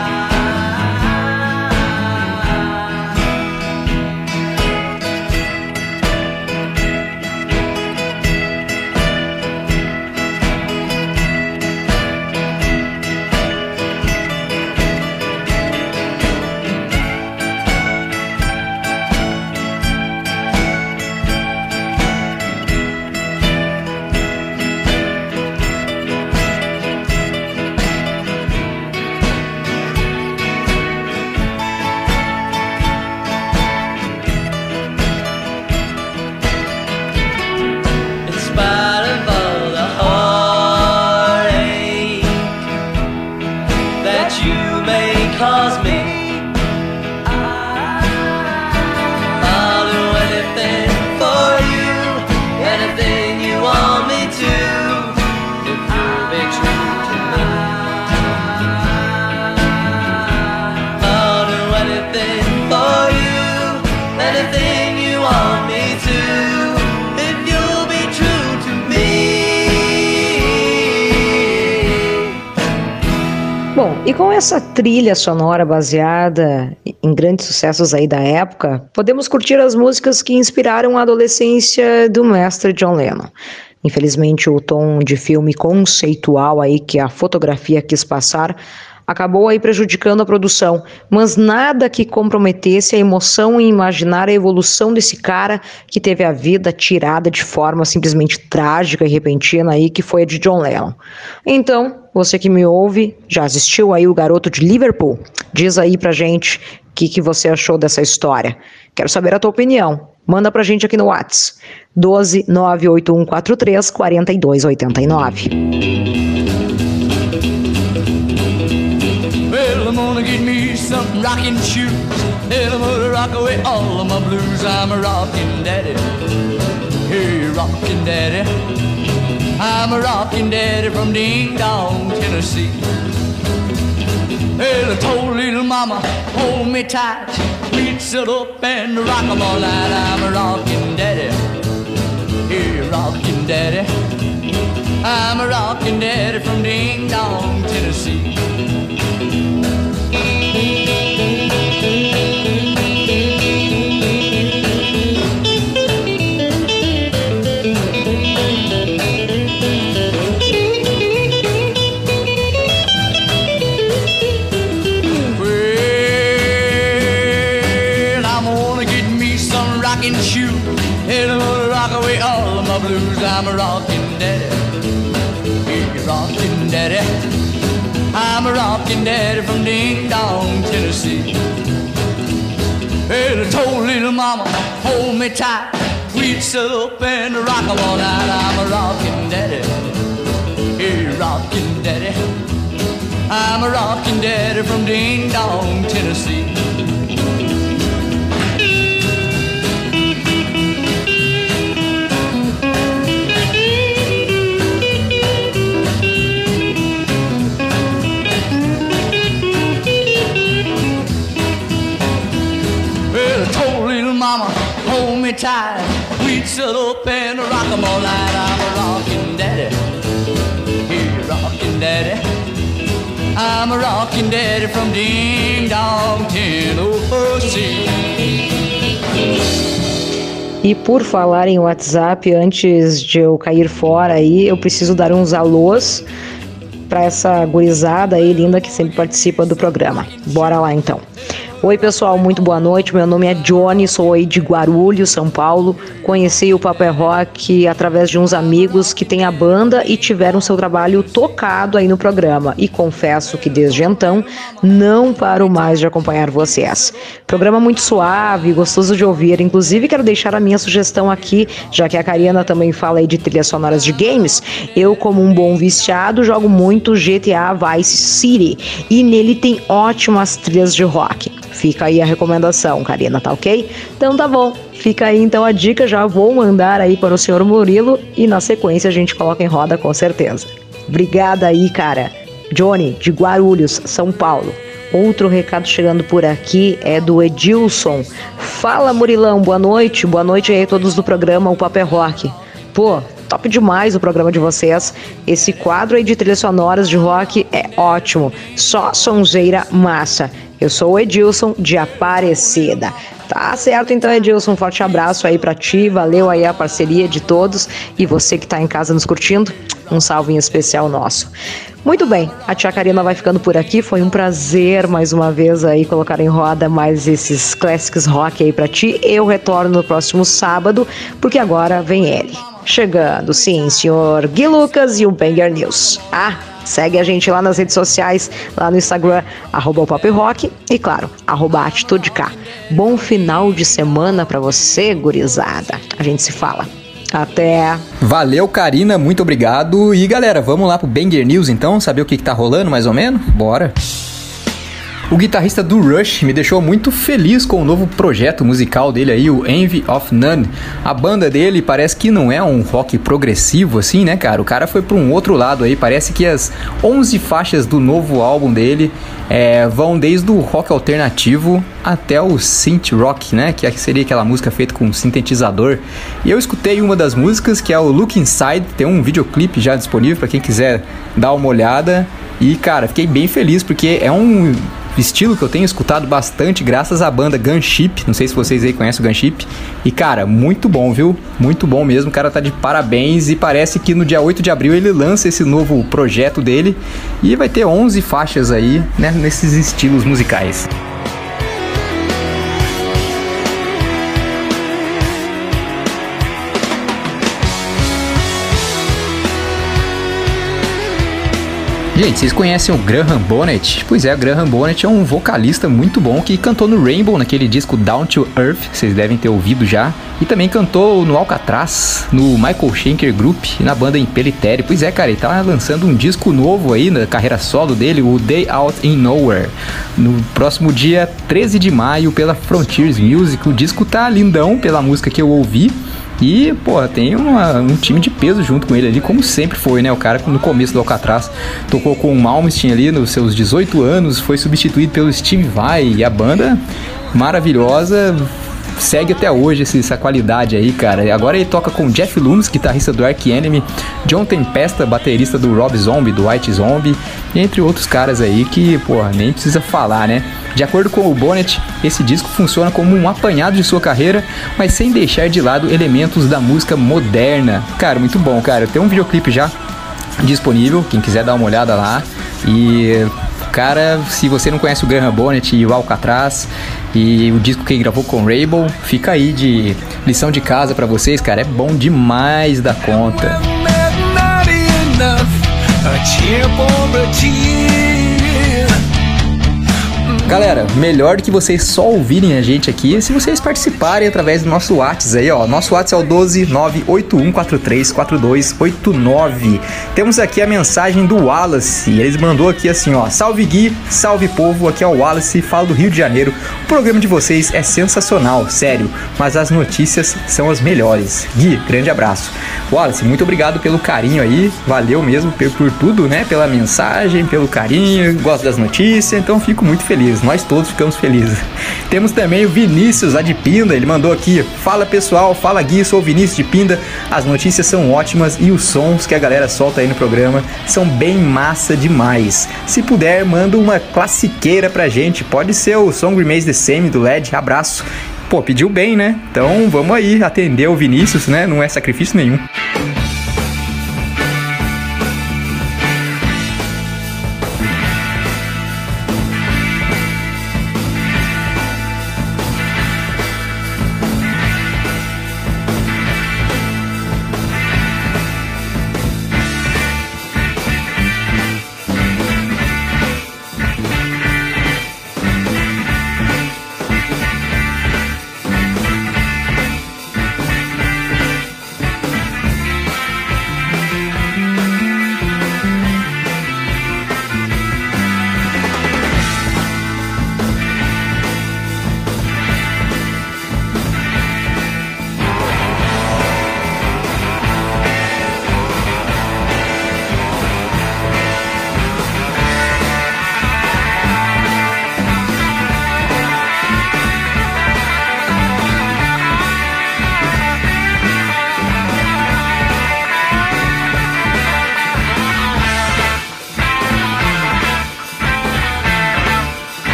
Bom, e com essa trilha sonora baseada em grandes sucessos aí da época, podemos curtir as músicas que inspiraram a adolescência do mestre John Lennon. Infelizmente, o tom de filme conceitual aí que a fotografia quis passar acabou aí prejudicando a produção, mas nada que comprometesse a emoção em imaginar a evolução desse cara que teve a vida tirada de forma simplesmente trágica e repentina aí, que foi a de John Lennon. Então, você que me ouve, já assistiu aí o Garoto de Liverpool? Diz aí pra gente o que, que você achou dessa história. Quero saber a tua opinião. Manda pra gente aqui no WhatsApp, doze nove oito um quatro três quatro dois oito nove. Well, I'm gonna get me some rocking shoes, and I'm gonna rock away all of my blues. I'm a rockin' daddy, hey, rockin' daddy. I'm a rockin' daddy from Ding Dong, Tennessee. Well, I told little mama, hold me tight, we'd sit up and rock 'em all night. I'm a rockin' daddy, hey, rockin' daddy. I'm a rockin' daddy from Ding Dong, Tennessee. I'm a rockin' daddy, yeah, rockin' daddy. I'm a rockin' daddy from Ding Dong, Tennessee. Well, I told little mama, hold me tight. We'd sit up and rock 'em all night. I'm a rockin' daddy, yeah, rockin' daddy. I'm a rockin' daddy from Ding Dong, Tennessee. Mama, hold me tight. We'd sit up and rock 'em all night. I'm a rockin' daddy, yeah, rockin' daddy. I'm a rockin' daddy from Ding Dong, Tennessee. E por falar em WhatsApp, antes de eu cair fora aí, eu preciso dar uns alôs para essa gurizada aí linda que sempre participa do programa. Bora lá então. Oi pessoal, muito boa noite, meu nome é Johnny, sou aí de Guarulhos, São Paulo. Conheci o Papo é Rock através de uns amigos que têm a banda e tiveram seu trabalho tocado aí no programa. E confesso que desde então não paro mais de acompanhar vocês. Programa muito suave, gostoso de ouvir, inclusive quero deixar a minha sugestão aqui, já que a Karina também fala aí de trilhas sonoras de games. Eu, como um bom viciado, jogo muito G T A Vice City e nele tem ótimas trilhas de rock. Fica aí a recomendação, Karina, tá ok? Então tá bom, fica aí então a dica, já vou mandar aí para o senhor Murilo e na sequência a gente coloca em roda com certeza. Obrigada aí, cara. Johnny, de Guarulhos, São Paulo. Outro recado chegando por aqui é do Edilson. Fala, Murilão, boa noite. Boa noite aí a todos do programa O Papo é Rock. Pô, top demais o programa de vocês. Esse quadro aí de trilhas sonoras de rock é ótimo. Só sonzeira massa. Eu sou o Edilson de Aparecida. Tá certo então, Edilson, um forte abraço aí pra ti, valeu aí a parceria de todos e você que tá em casa nos curtindo, um salve em especial nosso. Muito bem, a tia Karina vai ficando por aqui, foi um prazer mais uma vez aí colocar em roda mais esses classics rock aí pra ti. Eu retorno no próximo sábado, porque agora vem ele. Chegando, sim, senhor Gui Lucas e o Banger News. Ah, segue a gente lá nas redes sociais, lá no Instagram, arroba o Papo Rock e, claro, arroba Atitude K. Bom final de semana pra você, gurizada. A gente se fala. Até. Valeu, Karina, muito obrigado. E, galera, vamos lá pro Banger News, então? Saber o que, que tá rolando, mais ou menos? Bora. O guitarrista do Rush me deixou muito feliz com o novo projeto musical dele aí, o Envy of None. A banda dele parece que não é um rock progressivo assim, né, cara? O cara foi para um outro lado aí, parece que as onze faixas do novo álbum dele é, vão desde o rock alternativo até o synth rock, né? Que seria aquela música feita com sintetizador. E eu escutei uma das músicas, que é o Look Inside, tem um videoclipe já disponível para quem quiser dar uma olhada. E, cara, fiquei bem feliz porque é um estilo que eu tenho escutado bastante graças à banda Gunship. Não sei se vocês aí conhecem o Gunship. E, cara, muito bom, viu? Muito bom mesmo. O cara tá de parabéns e parece que no dia oito de abril ele lança esse novo projeto dele e vai ter onze faixas aí, né, nesses estilos musicais. Gente, vocês conhecem o Graham Bonnet? Pois é, o Graham Bonnet é um vocalista muito bom que cantou no Rainbow, naquele disco Down to Earth, que vocês devem ter ouvido já. E também cantou no Alcatraz, no Michael Schenker Group e na banda Impellitteri. Pois é, cara, ele tá lançando um disco novo aí na carreira solo dele, o Day Out in Nowhere, no próximo dia treze de maio pela Frontiers Music. O disco tá lindão pela música que eu ouvi. E, pô, tem uma, um time de peso junto com ele ali, como sempre foi, né? O cara, no começo do Alcatraz, tocou com o Malmsteen ali nos seus dezoito anos, foi substituído pelo Steve Vai, e a banda maravilhosa, segue até hoje esse, essa qualidade aí, cara. Agora ele toca com Jeff Loomis, guitarrista do Arch Enemy, John Tempesta, baterista do Rob Zombie, do White Zombie, entre outros caras aí que, porra, nem precisa falar, né? De acordo com o Bonnet, esse disco funciona como um apanhado de sua carreira, mas sem deixar de lado elementos da música moderna. Cara, muito bom, cara. Tem um videoclipe já disponível, quem quiser dar uma olhada lá. E, cara, se você não conhece o Graham Bonnet e o Alcatraz e o disco que ele gravou com o Rabel, fica aí de lição de casa pra vocês, cara. É bom demais da conta. Galera, melhor do que vocês só ouvirem a gente aqui se vocês participarem através do nosso WhatsApp aí, ó. Nosso WhatsApp é o doze nove oito um quatro três quatro dois oito nove. Temos aqui a mensagem do Wallace. Ele mandou aqui assim, ó: salve Gui, salve povo, aqui é o Wallace, falo do Rio de Janeiro. O programa de vocês é sensacional, sério, mas as notícias são as melhores. Gui, grande abraço. Wallace, muito obrigado pelo carinho aí, valeu mesmo por, por tudo, né? Pela mensagem, pelo carinho, gosto das notícias, então fico muito feliz. Nós todos ficamos felizes. Temos também o Vinícius, lá de Pinda. Ele mandou aqui: fala pessoal, fala Gui, sou o Vinícius de Pinda. As notícias são ótimas e os sons que a galera solta aí no programa são bem massa demais. Se puder, manda uma classiqueira pra gente. Pode ser o Song Remains the Same do L E D. Abraço. Pô, pediu bem, né? Então vamos aí atender o Vinícius, né? Não é sacrifício nenhum.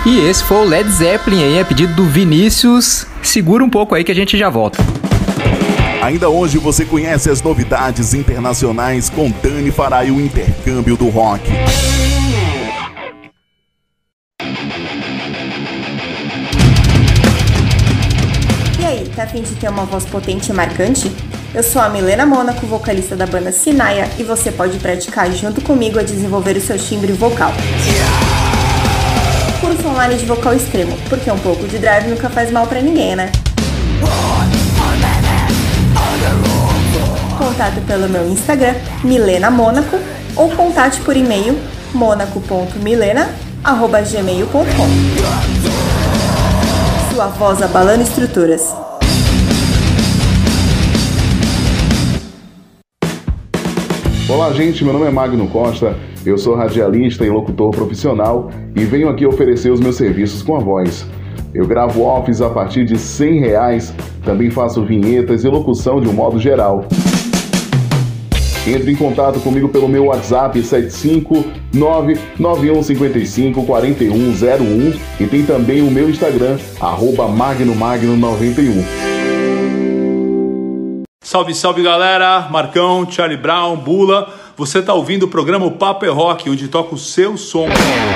E esse foi o Led Zeppelin aí, a pedido do Vinícius. Segura um pouco aí que a gente já volta. Ainda hoje você conhece as novidades internacionais com Dani Fará e o intercâmbio do rock. E aí, tá a fim de ter uma voz potente e marcante? Eu sou a Milena Mônaco, vocalista da banda Sinaia, e você pode praticar junto comigo a desenvolver o seu timbre vocal. Curso online de vocal extremo, porque um pouco de drive nunca faz mal pra ninguém, né? Contato pelo meu Instagram, Milena Mônaco, ou contate por e-mail, monaco ponto milena arroba gmail ponto com. Sua voz abalando estruturas. Olá, gente, meu nome é Magno Costa, eu sou radialista e locutor profissional e venho aqui oferecer os meus serviços com a voz. Eu gravo offs a partir de cem reais, também faço vinhetas e locução de um modo geral. Entre em contato comigo pelo meu WhatsApp sete cinco nove nove um cinco cinco quatro um zero um e tem também o meu Instagram, arroba magnomagno noventa e um. Salve, salve galera, Marcão, Charlie Brown, Bula, você tá ouvindo o programa O Papo é Rock, onde toca o seu som.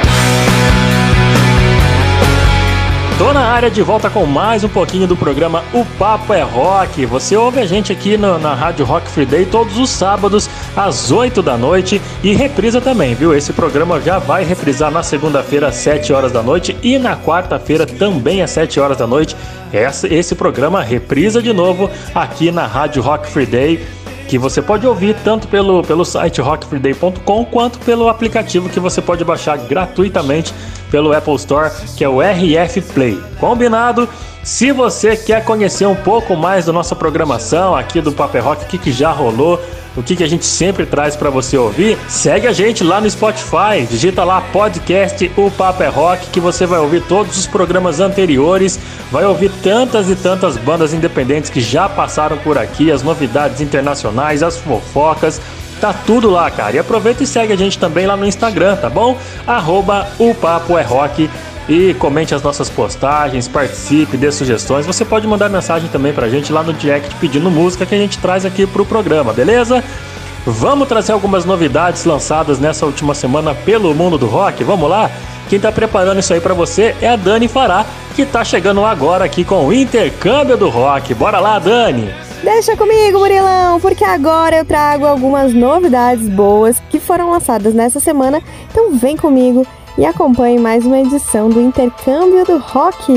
Tô na área de volta com mais um pouquinho do programa O Papo é Rock. Você ouve a gente aqui no, na Rádio Rock Friday todos os sábados às oito da noite e reprisa também, viu? Esse programa já vai reprisar na segunda-feira às sete horas da noite e na quarta-feira também às sete horas da noite. Esse, esse programa reprisa de novo aqui na Rádio Rock Friday, que você pode ouvir tanto pelo, pelo site rock friday ponto com quanto pelo aplicativo que você pode baixar gratuitamente pelo Apple Store, que é o R F Play. Combinado? Se você quer conhecer um pouco mais da nossa programação aqui do Papo é Rock, o que, que já rolou, o que, que a gente sempre traz para você ouvir, segue a gente lá no Spotify, digita lá podcast O Papo é Rock, que você vai ouvir todos os programas anteriores, vai ouvir tantas e tantas bandas independentes que já passaram por aqui, as novidades internacionais, as fofocas, tá tudo lá, cara. E aproveita e segue a gente também lá no Instagram, tá bom? Arroba O Papo é Rock. E comente as nossas postagens, participe, dê sugestões. Você pode mandar mensagem também pra gente lá no direct pedindo música que a gente traz aqui pro programa, beleza? Vamos trazer algumas novidades lançadas nessa última semana pelo mundo do rock? Vamos lá? Quem tá preparando isso aí pra você é a Dani Fará, que tá chegando agora aqui com o intercâmbio do rock. Bora lá, Dani! Deixa comigo, Murilão, porque agora eu trago algumas novidades boas que foram lançadas nessa semana. Então vem comigo e acompanhe mais uma edição do Intercâmbio do Rock.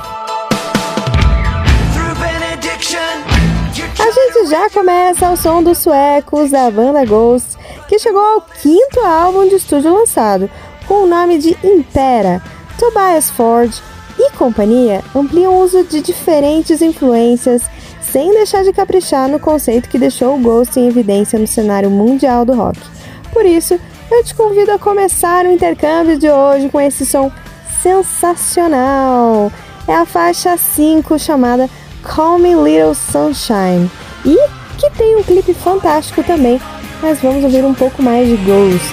A gente já começa ao som dos suecos da banda Ghost, que chegou ao quinto álbum de estúdio lançado, com o nome de Impera. Tobias Forge e companhia ampliam o uso de diferentes influências, sem deixar de caprichar no conceito que deixou o Ghost em evidência no cenário mundial do rock. Por isso, eu te convido a começar o intercâmbio de hoje com esse som sensacional. É a faixa cinco, chamada Call Me Little Sunshine, e que tem um clipe fantástico também, mas vamos ouvir um pouco mais de Ghost.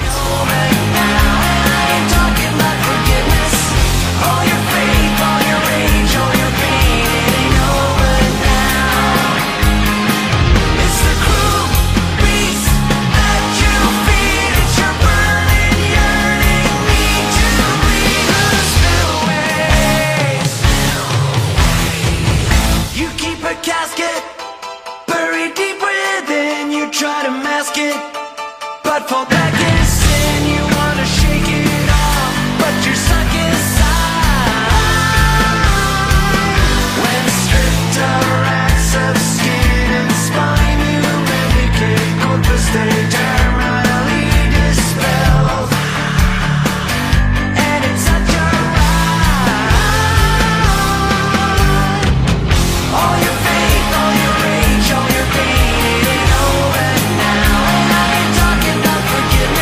Try to mask it, but fall back in sin. You wanna shake it off, but you're stuck inside. When stripped of racks of skin and spine, you medicate corpus they terminally dispelled. And it's such a ride. All your faith, all your rage, all your pain. Forgiveness.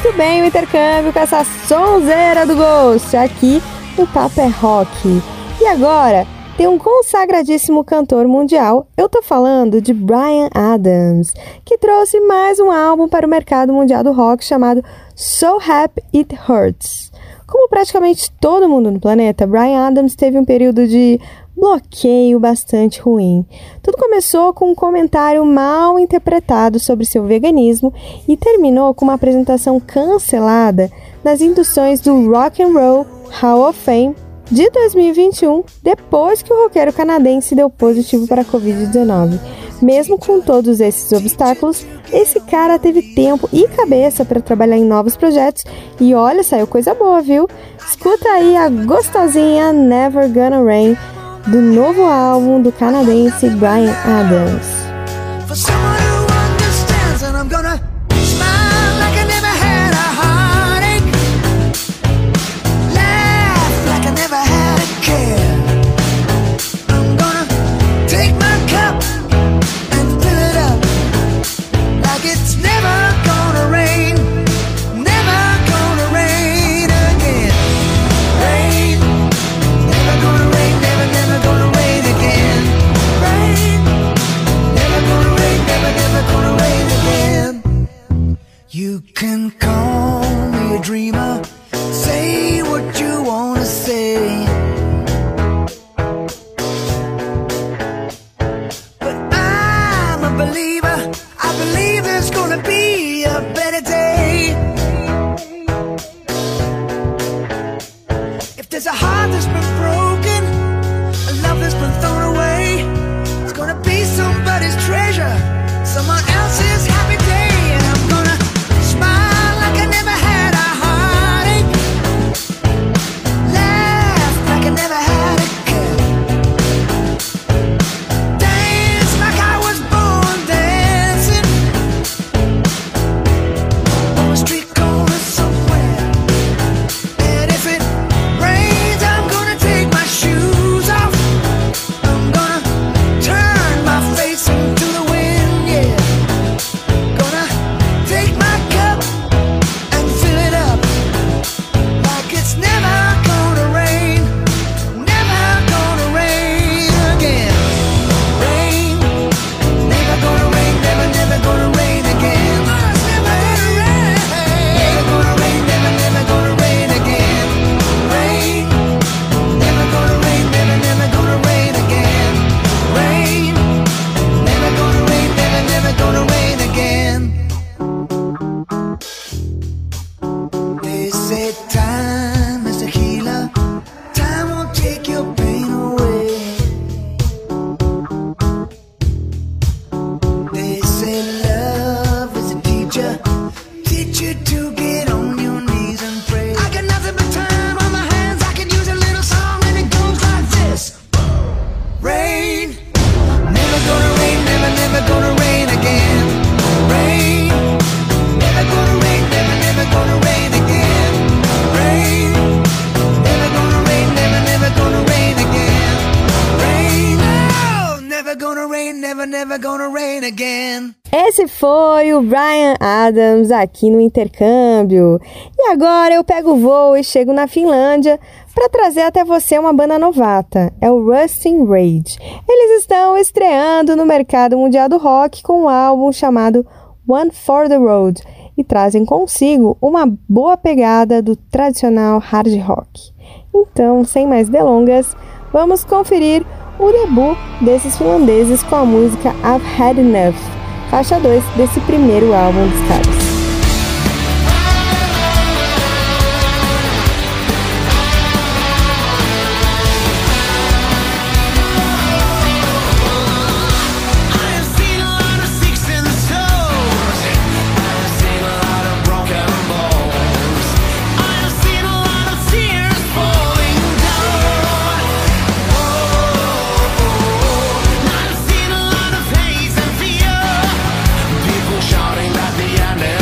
muito bem o intercâmbio com essa sonzeira do Ghost aqui no Papo é Rock. E agora, tem um consagradíssimo cantor mundial, eu tô falando de Bryan Adams, que trouxe mais um álbum para o mercado mundial do rock chamado So Happy It Hurts. Como praticamente todo mundo no planeta, Bryan Adams teve um período de bloqueio bastante ruim. Tudo começou com um comentário mal interpretado sobre seu veganismo e terminou com uma apresentação cancelada nas induções do Rock and Roll Hall of Fame de dois mil e vinte e um, depois que o roqueiro canadense deu positivo para a covid dezenove. Mesmo com todos esses obstáculos, esse cara teve tempo e cabeça para trabalhar em novos projetos e olha, saiu coisa boa, viu? Escuta aí a gostosinha Never Gonna Rain do novo álbum do canadense Bryan Adams. You can call me a dreamer, say what you wanna say, but I'm a believer, I believe there's gonna be a better day. If there's a heart that's been broken, a love that's been thrown away, it's gonna be somebody's treasure, someone else's happy day. And I'm gonna smile like I never had a heartache, laugh like I never had a care, dance like I was born dancing on a street corner somewhere. And if it rains, I'm gonna take my shoes off, I'm gonna turn my face into the wind, yeah. Gonna take my cup and fill it up like it's never gonna rain, never gonna rain again. Rain, never gonna rain, never, never gonna rain again. It's never gonna rain, never gonna rain, never, never gonna rain again. Rain, never gonna rain, never, never gonna rain again. Rain, never gonna rain, never, never gonna rain again. They say time is a healer, time won't take your pain away. They say love is a teacher, teach you to get on your knees and pray. I got nothing but time on my hands, I can use a little song and it goes like this. Rain, never gonna rain, never, never gonna rain again. Rain, never gonna rain, never, never gonna rain again. Rain, never gonna rain, never, never gonna rain again. Rain, oh, never gonna rain, never, never gonna rain again. Esse foi o Bryan Adams aqui no Intercâmbio. E agora eu pego o voo e chego na Finlândia para trazer até você uma banda novata. É o Rusting Rage. Eles estão estreando no mercado mundial do rock com um álbum chamado One for the Road e trazem consigo uma boa pegada do tradicional hard rock. Então, sem mais delongas, vamos conferir o debut desses finlandeses com a música I've Had Enough, faixa dois desse primeiro álbum dos caras. Shouting at the end.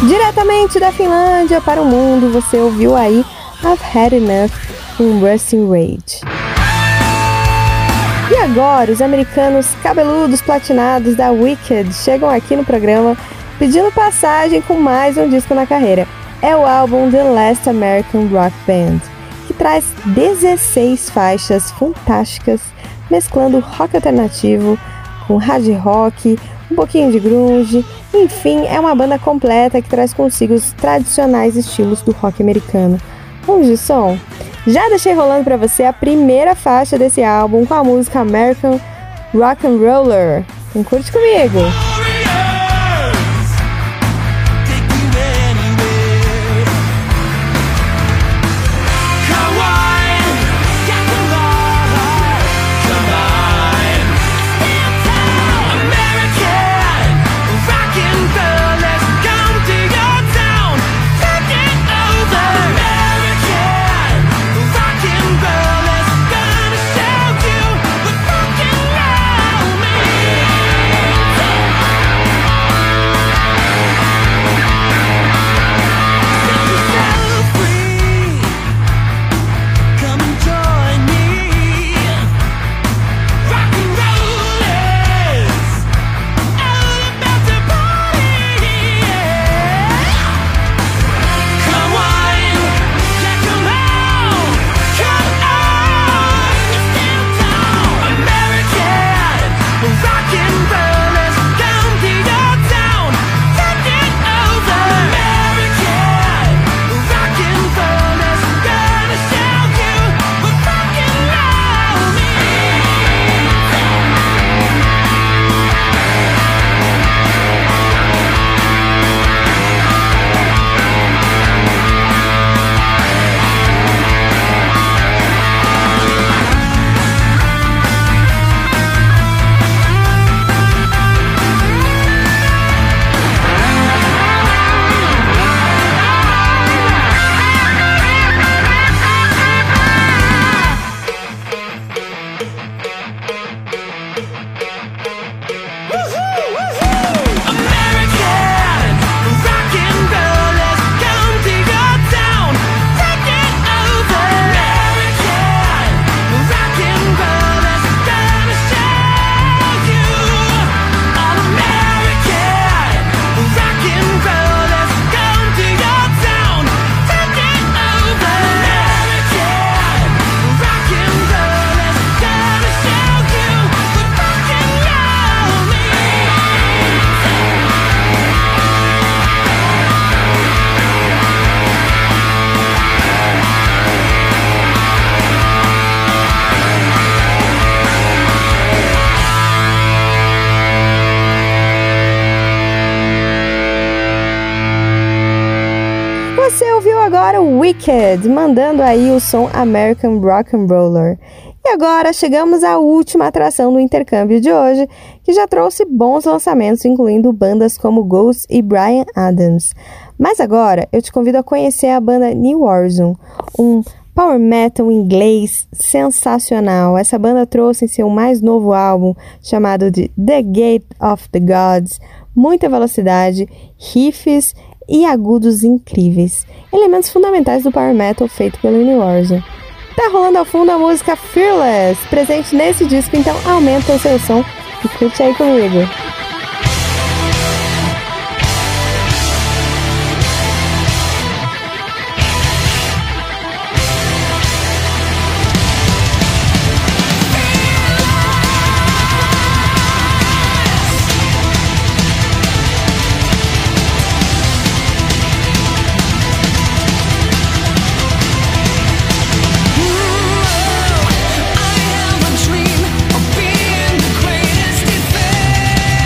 Diretamente da Finlândia para o mundo, você ouviu aí I've Had Enough com Rusting Rage. E agora, os americanos cabeludos platinados da Wicked chegam aqui no programa pedindo passagem com mais um disco na carreira. É o álbum The Last American Rock Band, que traz dezesseis faixas fantásticas, mesclando rock alternativo com hard rock, um pouquinho de grunge, enfim, é uma banda completa que traz consigo os tradicionais estilos do rock americano. Vamos de som? Já deixei rolando pra você a primeira faixa desse álbum com a música American Rock and Roller. Então curte comigo! Agora o Wicked, mandando aí o som American Rock and Roller. E agora chegamos à última atração do intercâmbio de hoje, que já trouxe bons lançamentos, incluindo bandas como Ghost e Bryan Adams. Mas agora eu te convido a conhecer a banda New Warzone, um power metal inglês sensacional. Essa banda trouxe em seu mais novo álbum, chamado de The Gate of the Gods, muita velocidade, riffs e agudos incríveis, elementos fundamentais do power metal feito pelo New Warzone. Tá rolando ao fundo a música Fearless, presente nesse disco, então aumenta o seu som e curte aí comigo. Dream of being the greatest defense.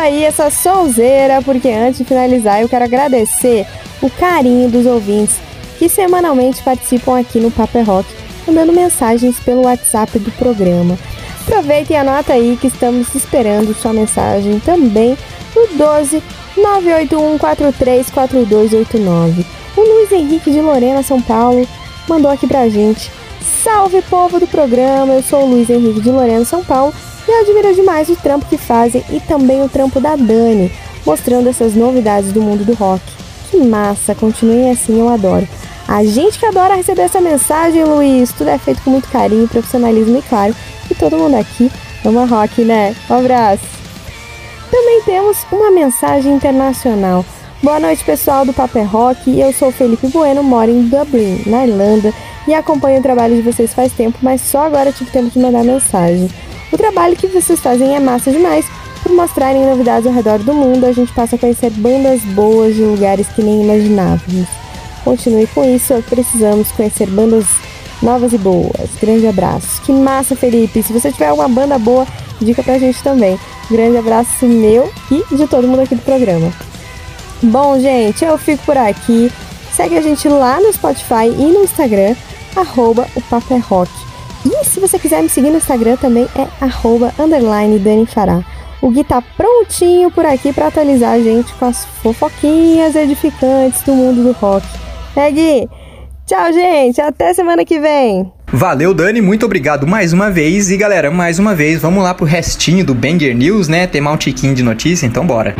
aí essa sonzeira, porque antes de finalizar eu quero agradecer o carinho dos ouvintes que semanalmente participam aqui no Papo é Rock, mandando mensagens pelo WhatsApp do programa. Aproveita e anota aí que estamos esperando sua mensagem também no doze nove oito um quatro três quatro dois oito nove. O Luiz Henrique de Lorena, São Paulo, mandou aqui pra gente: salve povo do programa, eu sou o Luiz Henrique de Lorena, São Paulo, e eu admiro demais o trampo que fazem e também o trampo da Dani, mostrando essas novidades do mundo do rock. Que massa, continuem assim, eu adoro. A gente que adora receber essa mensagem, Luiz, tudo é feito com muito carinho, profissionalismo e claro, que todo mundo aqui ama rock, né? Um abraço. Também temos uma mensagem internacional. Boa noite, pessoal do Papo é Rock, eu sou o Felipe Bueno, moro em Dublin, na Irlanda, e acompanho o trabalho de vocês faz tempo, mas só agora tive tempo de mandar mensagem. O trabalho que vocês fazem é massa demais, por mostrarem novidades ao redor do mundo, a gente passa a conhecer bandas boas de lugares que nem imaginávamos. Continue com isso, é o que precisamos, conhecer bandas novas e boas. Grande abraço. Que massa, Felipe. Se você tiver alguma banda boa, dica pra gente também. Grande abraço meu e de todo mundo aqui do programa. Bom, gente, eu fico por aqui. Segue a gente lá no Spotify e no Instagram, arroba o Papo é Rock. E se você quiser me seguir no Instagram também é arroba underline Dani Fará. O Gui tá prontinho por aqui pra atualizar a gente com as fofoquinhas edificantes do mundo do rock. É, Gui? Tchau, gente. Até semana que vem. Valeu, Dani. Muito obrigado mais uma vez. E, galera, mais uma vez, vamos lá pro restinho do Banger News, né? Tem mais um tiquinho de notícia, então bora.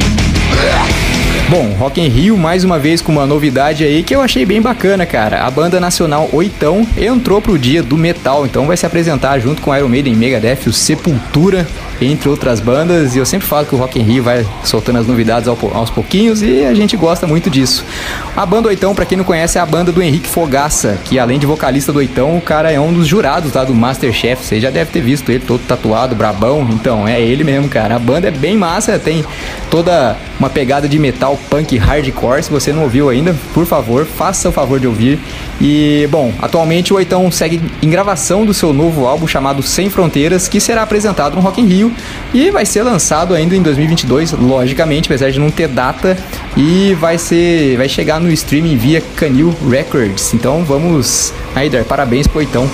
Bom, Rock in Rio mais uma vez com uma novidade aí que eu achei bem bacana, cara. A banda nacional Oitão entrou pro dia do metal, então vai se apresentar junto com Iron Maiden, Megadeth, o Sepultura, entre outras bandas. E eu sempre falo que o Rock in Rio vai soltando as novidades aos pouquinhos e a gente gosta muito disso. A banda Oitão, pra quem não conhece, é a banda do Henrique Fogaça, que além de vocalista do Oitão, o cara é um dos jurados lá do Masterchef. Você já deve ter visto ele todo tatuado, brabão. Então, é ele mesmo, cara. A banda é bem massa, tem toda uma pegada de metal punk hardcore. Se você não ouviu ainda, por favor, faça o favor de ouvir. E, bom, atualmente o Oitão segue em gravação do seu novo álbum chamado Sem Fronteiras, que será apresentado no Rock in Rio e vai ser lançado ainda em dois mil e vinte e dois, logicamente, apesar de não ter data, e vai ser, vai chegar no streaming via Canil Records. Então vamos aí dar parabéns pro Oitão.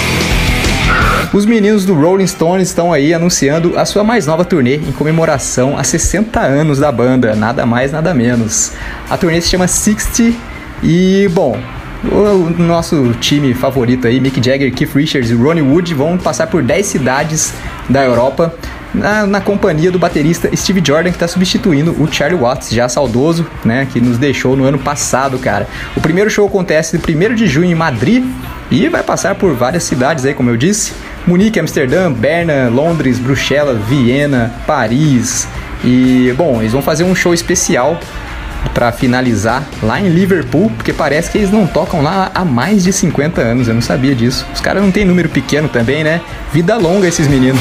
Os meninos do Rolling Stones estão aí anunciando a sua mais nova turnê em comemoração a sessenta anos da banda, nada mais, nada menos. A turnê se chama sessenta e, bom, o nosso time favorito aí, Mick Jagger, Keith Richards e Ronnie Wood, vão passar por dez cidades da Europa na, na companhia do baterista Steve Jordan, que está substituindo o Charlie Watts, já saudoso, né, que nos deixou no ano passado, cara. O primeiro show acontece no primeiro de junho em Madrid e vai passar por várias cidades aí, como eu disse: Munique, Amsterdã, Berna, Londres, Bruxelas, Viena, Paris. E, bom, eles vão fazer um show especial para finalizar lá em Liverpool, porque parece que eles não tocam lá há mais de cinquenta anos. Eu não sabia disso. Os caras não tem número pequeno também, né? Vida longa esses meninos.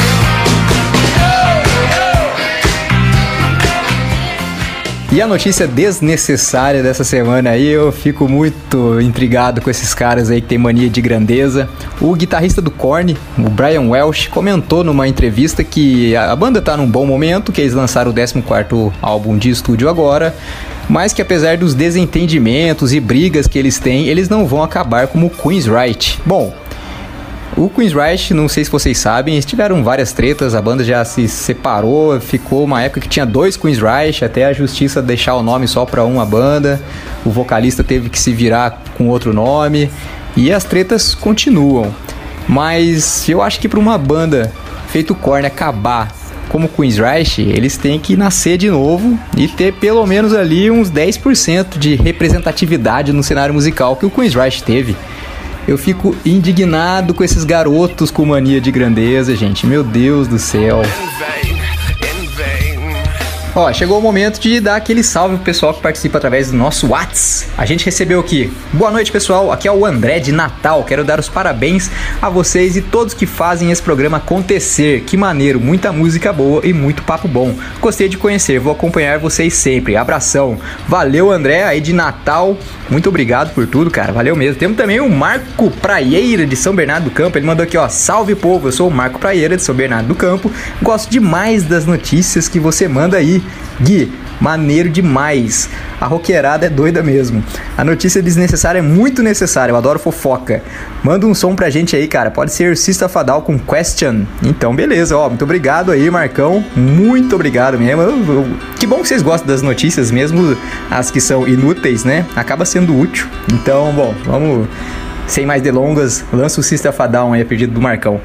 E a notícia desnecessária dessa semana aí, eu fico muito intrigado com esses caras aí que tem mania de grandeza. O guitarrista do Korn, o Brian Welch, comentou numa entrevista que a banda tá num bom momento, que eles lançaram o décimo quarto álbum de estúdio agora, mas que apesar dos desentendimentos e brigas que eles têm, eles não vão acabar como o Queensryche. Bom, o Queensryche, não sei se vocês sabem, eles tiveram várias tretas, a banda já se separou, ficou uma época que tinha dois Queensryche, até a justiça deixar o nome só pra uma banda, o vocalista teve que se virar com outro nome, e as tretas continuam. Mas eu acho que pra uma banda feito Korn acabar como Queensryche, eles têm que nascer de novo e ter pelo menos ali uns dez por cento de representatividade no cenário musical que o Queensryche teve. Eu fico indignado com esses garotos com mania de grandeza, gente. Meu Deus do céu. Ó, chegou o momento de dar aquele salve pro pessoal que participa através do nosso WhatsApp. A gente recebeu aqui. Boa noite, pessoal. Aqui é o André de Natal. Quero dar os parabéns a vocês e todos que fazem esse programa acontecer. Que maneiro, muita música boa e muito papo bom. Gostei de conhecer, vou acompanhar vocês sempre. Abração. Valeu, André, aí de Natal. Muito obrigado por tudo, cara. Valeu mesmo. Temos também o Marco Praieira de São Bernardo do Campo. Ele mandou aqui, ó. Salve, povo. Eu sou o Marco Praieira de São Bernardo do Campo. Gosto demais das notícias que você manda aí. Gui, maneiro demais. A roqueirada é doida mesmo. A notícia desnecessária é muito necessária. Eu adoro fofoca. Manda um som pra gente aí, cara. Pode ser System of a Down com Question. Então, beleza, ó. Muito obrigado aí, Marcão. Muito obrigado mesmo. Eu, eu, que bom que vocês gostam das notícias, mesmo as que são inúteis, né? Acaba sendo útil. Então, bom, vamos... Sem mais delongas, lança o System of a Down aí a pedido do Marcão.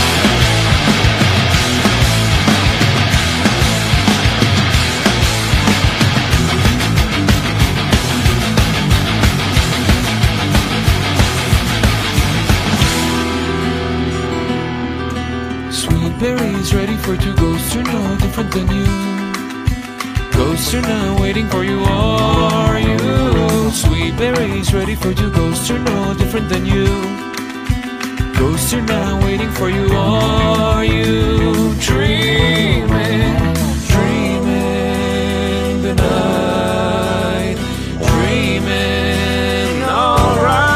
Berries ready for two ghosts are no different than you. Ghosts are now waiting for you, are you? Sweet berries ready for two ghosts are no different than you. Ghosts are now waiting for you, are you? Dreaming, dreaming the night, dreaming alright.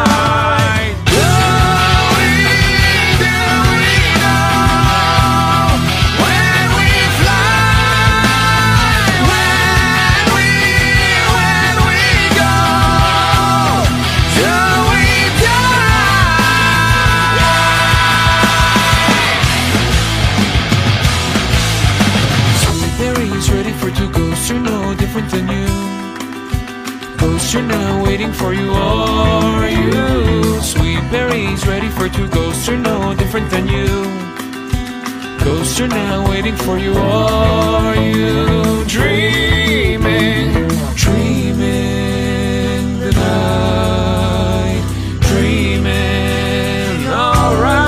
Than you. Ghosts are now waiting for you, are you? Sweet berries ready for two ghosts are no different than you. Ghosts are now waiting for you, are you? Dreaming, dreaming the night, dreaming alright.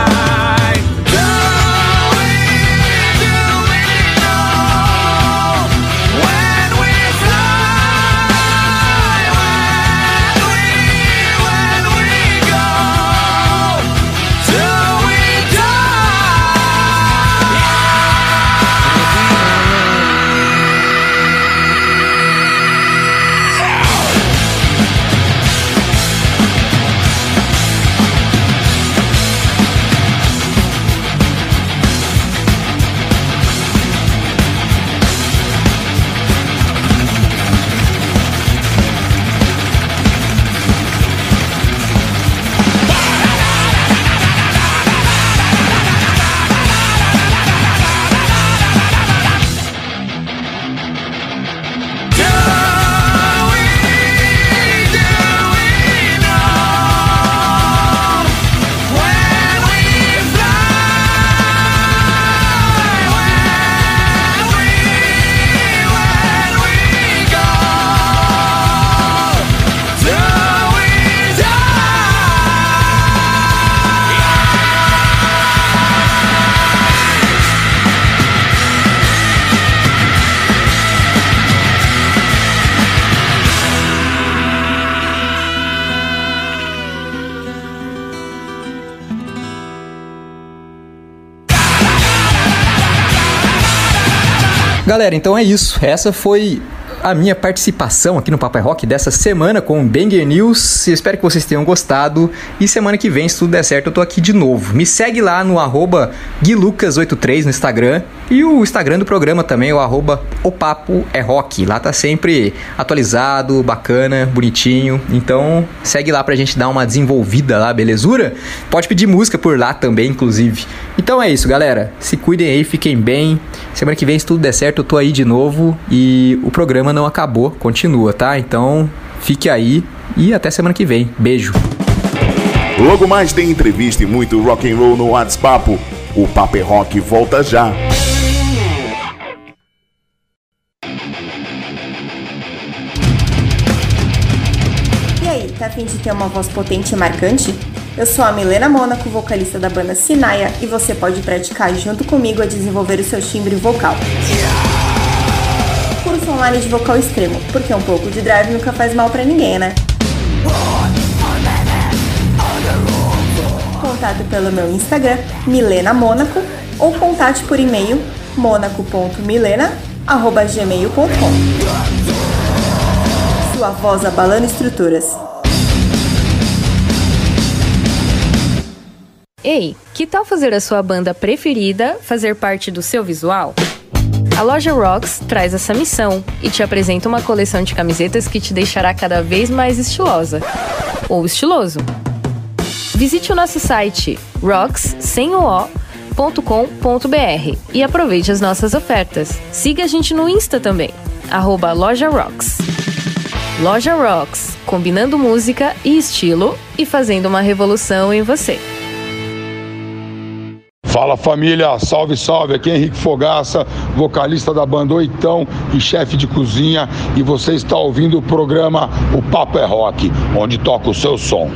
Galera, então é isso. Essa foi a minha participação aqui no Papo é Rock dessa semana com o Banger News. Eu espero que vocês tenham gostado. E semana que vem, se tudo der certo, eu tô aqui de novo. Me segue lá no arroba Gui Lucas oitenta e três no Instagram. E o Instagram do programa também, o arroba O Papo é Rock. Lá tá sempre atualizado, bacana, bonitinho. Então segue lá pra gente dar uma desenvolvida lá, belezura? Pode pedir música por lá também, inclusive. Então é isso, galera. Se cuidem aí, fiquem bem. Semana que vem, se tudo der certo, eu tô aí de novo. E o programa não acabou, continua, tá? Então fique aí e até semana que vem. Beijo. Logo mais tem entrevista e muito rock and roll no WhatsApp. O Papo é Rock volta já. E aí, tá a fim de ter uma voz potente e marcante? Eu sou a Milena Mônaco, vocalista da banda Sinaia, e você pode praticar junto comigo a desenvolver o seu timbre vocal. curso online de vocal extremo, porque um pouco de drive nunca faz mal pra ninguém, né? Contato pelo meu Instagram, Milena Mônaco, ou contate por e-mail, monaco ponto milena arroba gmail ponto com. Sua voz abalando estruturas. Ei, que tal fazer a sua banda preferida fazer parte do seu visual? A loja Rocks traz essa missão e te apresenta uma coleção de camisetas que te deixará cada vez mais estilosa. Ou estiloso. Visite o nosso site rocks sem o o ponto com ponto br e aproveite as nossas ofertas. Siga a gente no Insta também, arroba Loja Rocks. Loja Rocks, combinando música e estilo e fazendo uma revolução em você. Fala família, salve salve, aqui é Henrique Fogaça, vocalista da banda Oitão e chefe de cozinha, e você está ouvindo o programa O Papo é Rock, onde toca o seu som.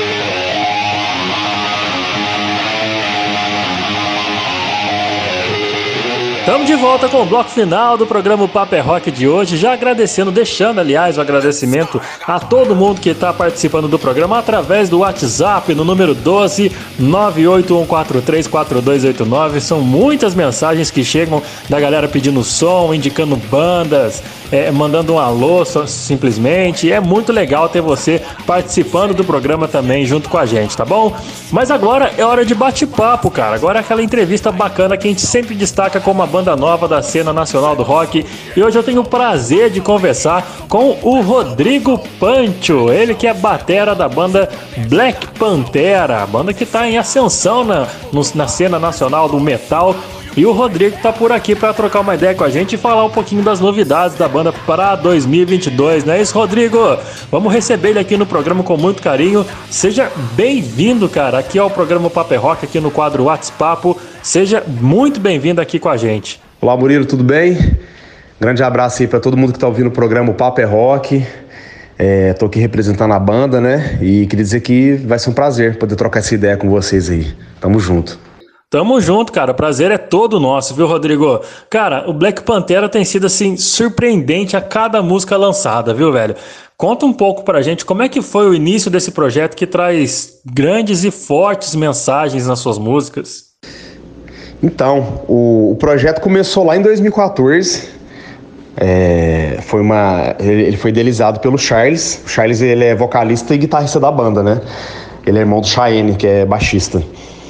Estamos de volta com o bloco final do programa O Papo é Rock de hoje, já agradecendo, deixando aliás o agradecimento a todo mundo que está participando do programa através do WhatsApp no número doze nove oito um quatro três quatro dois oito nove. São muitas mensagens que chegam da galera pedindo som, indicando bandas, é, mandando um alô simplesmente. É muito legal ter você participando do programa também junto com a gente, tá bom? Mas agora é hora de bate-papo, cara. Agora é aquela entrevista bacana que a gente sempre destaca como a banda nova da cena nacional do rock. E hoje eu tenho o prazer de conversar com o Rodrigo Pancho, ele que é batera da banda Black Pantera, a banda que está em ascensão na, no, na cena nacional do metal. E o Rodrigo tá por aqui para trocar uma ideia com a gente e falar um pouquinho das novidades da banda para dois mil e vinte e dois, não é isso, Rodrigo? Vamos receber ele aqui no programa com muito carinho. Seja bem-vindo, cara, aqui ao programa Papo é Rock, aqui no quadro WhatsApp. Seja muito bem-vindo aqui com a gente. Olá, Murilo, tudo bem? Grande abraço aí para todo mundo que tá ouvindo o programa Papo é Rock. É, tô aqui representando a banda, né? E queria dizer que vai ser um prazer poder trocar essa ideia com vocês aí. Tamo junto. Tamo junto, cara. O prazer é todo nosso, viu, Rodrigo? Cara, o Black Pantera tem sido, assim, surpreendente a cada música lançada, viu, velho? Conta um pouco pra gente como é que foi o início desse projeto que traz grandes e fortes mensagens nas suas músicas. Então, o, o projeto começou lá em dois mil e quatorze. É, foi uma, ele, ele foi idealizado pelo Charles. O Charles, ele é vocalista e guitarrista da banda, né? Ele é irmão do Cheyenne, que é baixista.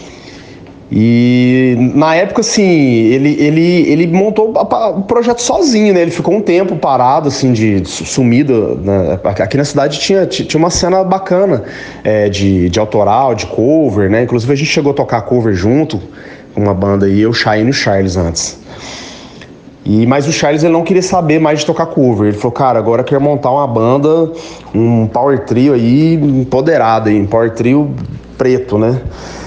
E na época, assim, ele, ele, ele montou o projeto sozinho, né? Ele ficou um tempo parado, assim, de sumido, né? Aqui na cidade tinha, tinha uma cena bacana é, de, de autoral, de cover, né? Inclusive a gente chegou a tocar cover junto com uma banda aí, eu, Cheyenne e o Charles antes. E, mas o Charles, ele não queria saber mais de tocar cover. Ele falou, cara, agora eu quero montar uma banda, um power trio aí, empoderado aí, um power trio preto, né?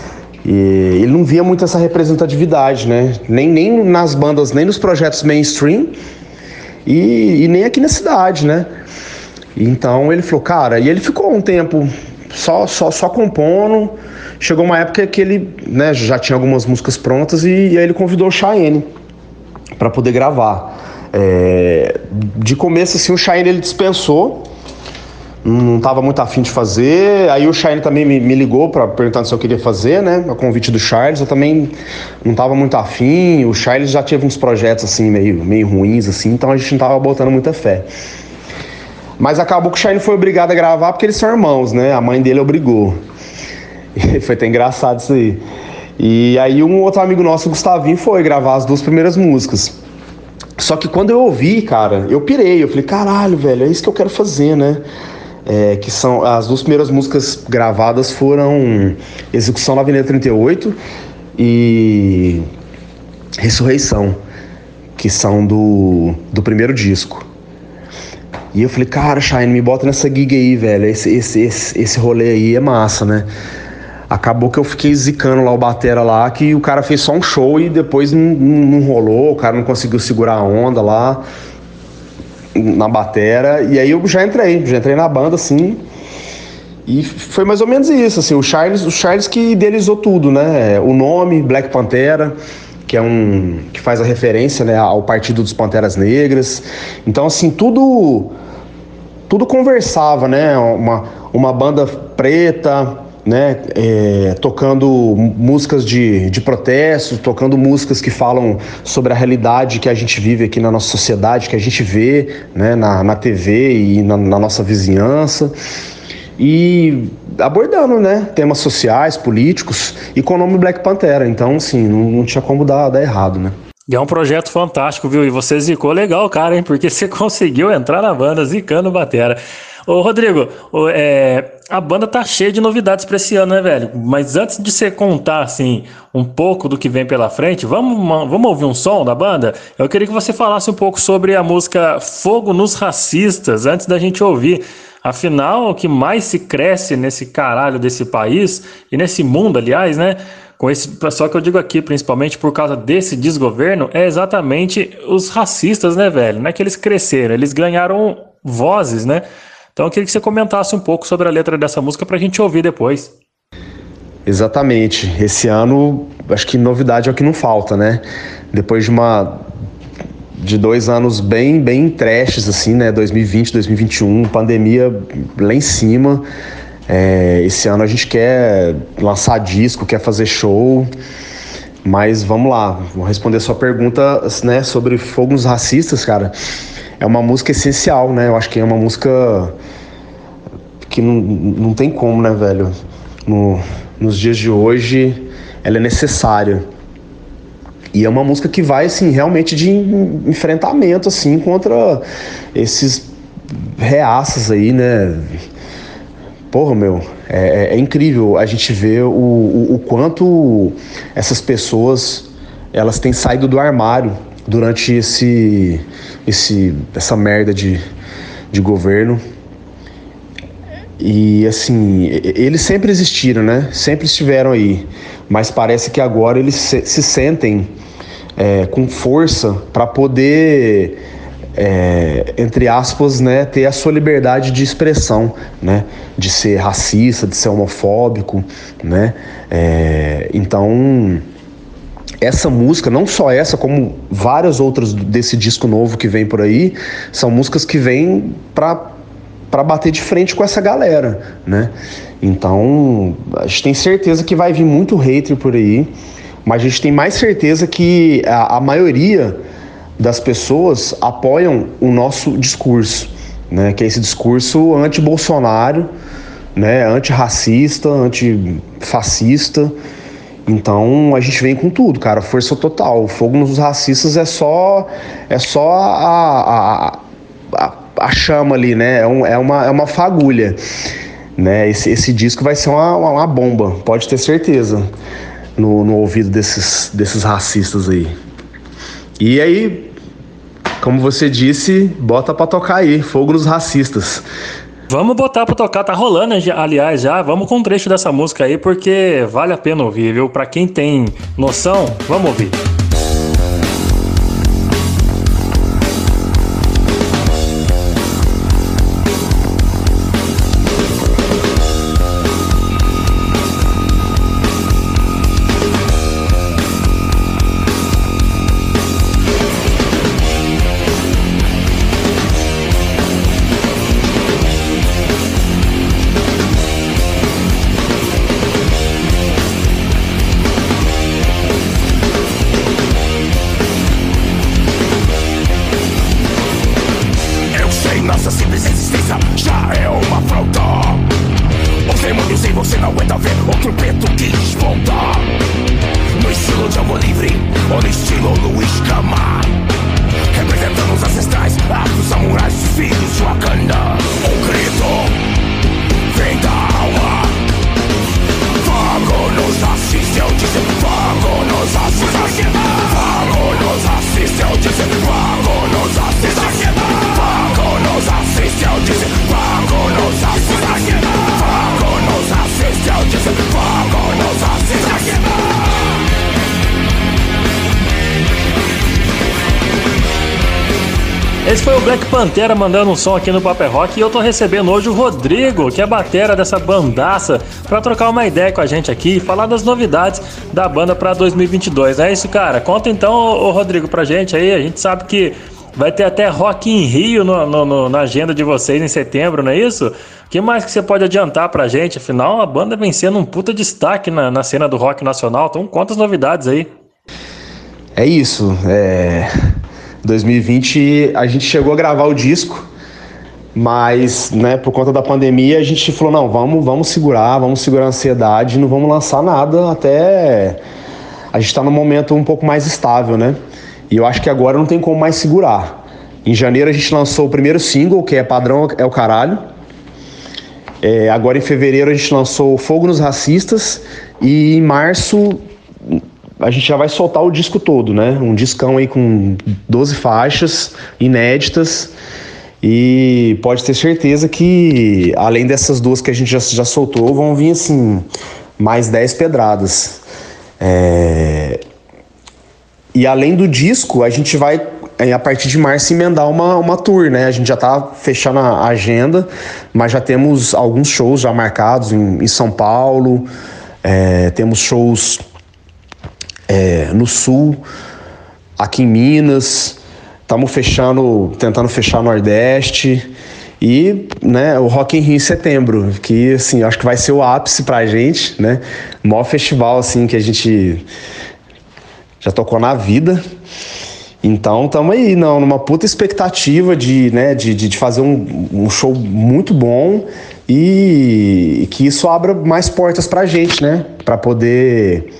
E ele não via muito essa representatividade, né? Nem, nem nas bandas, nem nos projetos mainstream e, e nem aqui na cidade, né? Então ele falou, cara, e ele ficou um tempo só, só, só compondo. Chegou uma época que ele, né, já tinha algumas músicas prontas e, e aí ele convidou o Cheyenne para poder gravar. É, de começo, assim, o Cheyenne ele dispensou. Não estava muito afim de fazer. Aí o Cheyenne também me, me ligou para perguntar se eu queria fazer, né? A convite do Charles. Eu também não estava muito afim. O Charles já teve uns projetos assim meio, meio ruins, assim, então a gente não estava botando muita fé. Mas acabou que o Cheyenne foi obrigado a gravar porque eles são irmãos, né? A mãe dele obrigou. E foi até engraçado isso aí. E aí um outro amigo nosso, o Gustavinho, foi gravar as duas primeiras músicas. Só que quando eu ouvi, cara, eu pirei. Eu falei, caralho, velho, é isso que eu quero fazer, né? É, que são as duas primeiras músicas gravadas foram Execução na Avenida trinta e oito e Ressurreição, que são do, do primeiro disco. E eu falei, cara, Cheyenne, me bota nessa gig aí, velho, esse, esse, esse, esse rolê aí é massa, né? Acabou que eu fiquei zicando lá o batera lá, que o cara fez só um show e depois não, não, não rolou, o cara não conseguiu segurar a onda lá na batera, e aí eu já entrei, já entrei na banda, assim, e foi mais ou menos isso, assim, o Charles, o Charles que idealizou tudo, né, o nome, Black Pantera, que é um que faz a referência, né, ao Partido dos Panteras Negras. Então, assim, tudo tudo conversava, né? Uma, uma banda preta, né, é, tocando músicas de, de protesto, tocando músicas que falam sobre a realidade que a gente vive aqui na nossa sociedade, que a gente vê, né, na, na T V e na, na nossa vizinhança, e abordando, né, temas sociais, políticos, e com o nome Black Pantera. Então, assim, não, não tinha como dar, dar errado, né. E é um projeto fantástico, viu? E você zicou legal, cara, hein? Porque você conseguiu entrar na banda zicando batera. Ô, Rodrigo, ô, é, a banda tá cheia de novidades pra esse ano, né, velho? Mas antes de você contar, assim, um pouco do que vem pela frente, vamos, vamos ouvir um som da banda? Eu queria que você falasse um pouco sobre a música Fogo nos Racistas, antes da gente ouvir. Afinal, o que mais se cresce nesse caralho desse país, e nesse mundo, aliás, né? Com esse, só que eu digo aqui, principalmente por causa desse desgoverno, é exatamente os racistas, né, velho? Não é que eles cresceram, eles ganharam vozes, né? Então eu queria que você comentasse um pouco sobre a letra dessa música pra gente ouvir depois. Exatamente. Esse ano, acho que novidade é o que não falta, né? Depois de uma... de dois anos bem, bem trashes, assim, né? dois mil e vinte, dois mil e vinte e um, pandemia lá em cima. É, esse ano a gente quer lançar disco, quer fazer show, mas vamos lá, vou responder a sua pergunta, né, sobre Fogo nos Racistas, cara. É uma música essencial, né? Eu acho que é uma música que não, não tem como, né, velho? No, nos dias de hoje, ela é necessária. E é uma música que vai, assim, realmente de enfrentamento, assim, contra esses reaças aí, né? Porra, meu, é, é incrível a gente ver o, o, o quanto essas pessoas, elas têm saído do armário durante esse, esse, essa merda de, de governo. E, assim, eles sempre existiram, né? Sempre estiveram aí. Mas parece que agora eles se, se sentem é, com força para poder... É, entre aspas, né, ter a sua liberdade de expressão, né, de ser racista, de ser homofóbico, né, é, então essa música, não só essa, como várias outras desse disco novo que vem por aí, são músicas que vêm pra, pra bater de frente com essa galera, né, então a gente tem certeza que vai vir muito hater por aí, mas a gente tem mais certeza que a, a maioria das pessoas apoiam o nosso discurso, né, que é esse discurso anti-Bolsonaro, né, antirracista, antifascista. Então a gente vem com tudo, cara, força total. O Fogo nos Racistas é só é só a, a, a, a chama ali, né, é, um, é, uma, é uma fagulha, né. Esse, esse disco vai ser uma, uma bomba, pode ter certeza, no, no ouvido desses, desses racistas aí. E aí, como você disse, bota pra tocar aí, Fogo nos Racistas. Vamos botar pra tocar, tá rolando, aliás, já. Vamos com um trecho dessa música aí, porque vale a pena ouvir, viu? Pra quem tem noção, vamos ouvir. Esse foi o Black Pantera mandando um som aqui no Paper Rock, e eu tô recebendo hoje o Rodrigo, que é batera dessa bandaça, pra trocar uma ideia com a gente aqui e falar das novidades da banda pra dois mil e vinte e dois. É isso, cara? Conta então, ô, ô Rodrigo, pra gente aí. A gente sabe que vai ter até Rock in Rio no, no, no, na agenda de vocês em setembro, não é isso? O que mais que você pode adiantar pra gente? Afinal, a banda vem sendo um puta destaque na, na cena do rock nacional. Então conta as novidades aí. É isso, é... dois mil e vinte a gente chegou a gravar o disco, mas, né, por conta da pandemia a gente falou, não, vamos, vamos segurar, vamos segurar a ansiedade, não vamos lançar nada até a gente tá num momento um pouco mais estável, né? E eu acho que agora não tem como mais segurar. Em janeiro a gente lançou o primeiro single, que é Padrão é o Caralho. É, agora em fevereiro a gente lançou Fogo nos Racistas, e em março a gente já vai soltar o disco todo, né? Um discão aí com doze faixas inéditas, e pode ter certeza que além dessas duas que a gente já, já soltou, vão vir assim mais dez pedradas. É... E além do disco, a gente vai, a partir de março, emendar uma, uma tour, né? A gente já tá fechando a agenda, mas já temos alguns shows já marcados em, em São Paulo, é, temos shows é, no Sul, aqui em Minas, estamos fechando, tentando fechar o Nordeste, e, né, o Rock in Rio em setembro, que, assim, acho que vai ser o ápice pra gente, né? O maior festival, assim, que a gente já tocou na vida. Então estamos aí não, numa puta expectativa de, né, de, de fazer um, um show muito bom, e, e que isso abra mais portas pra gente, né? Pra poder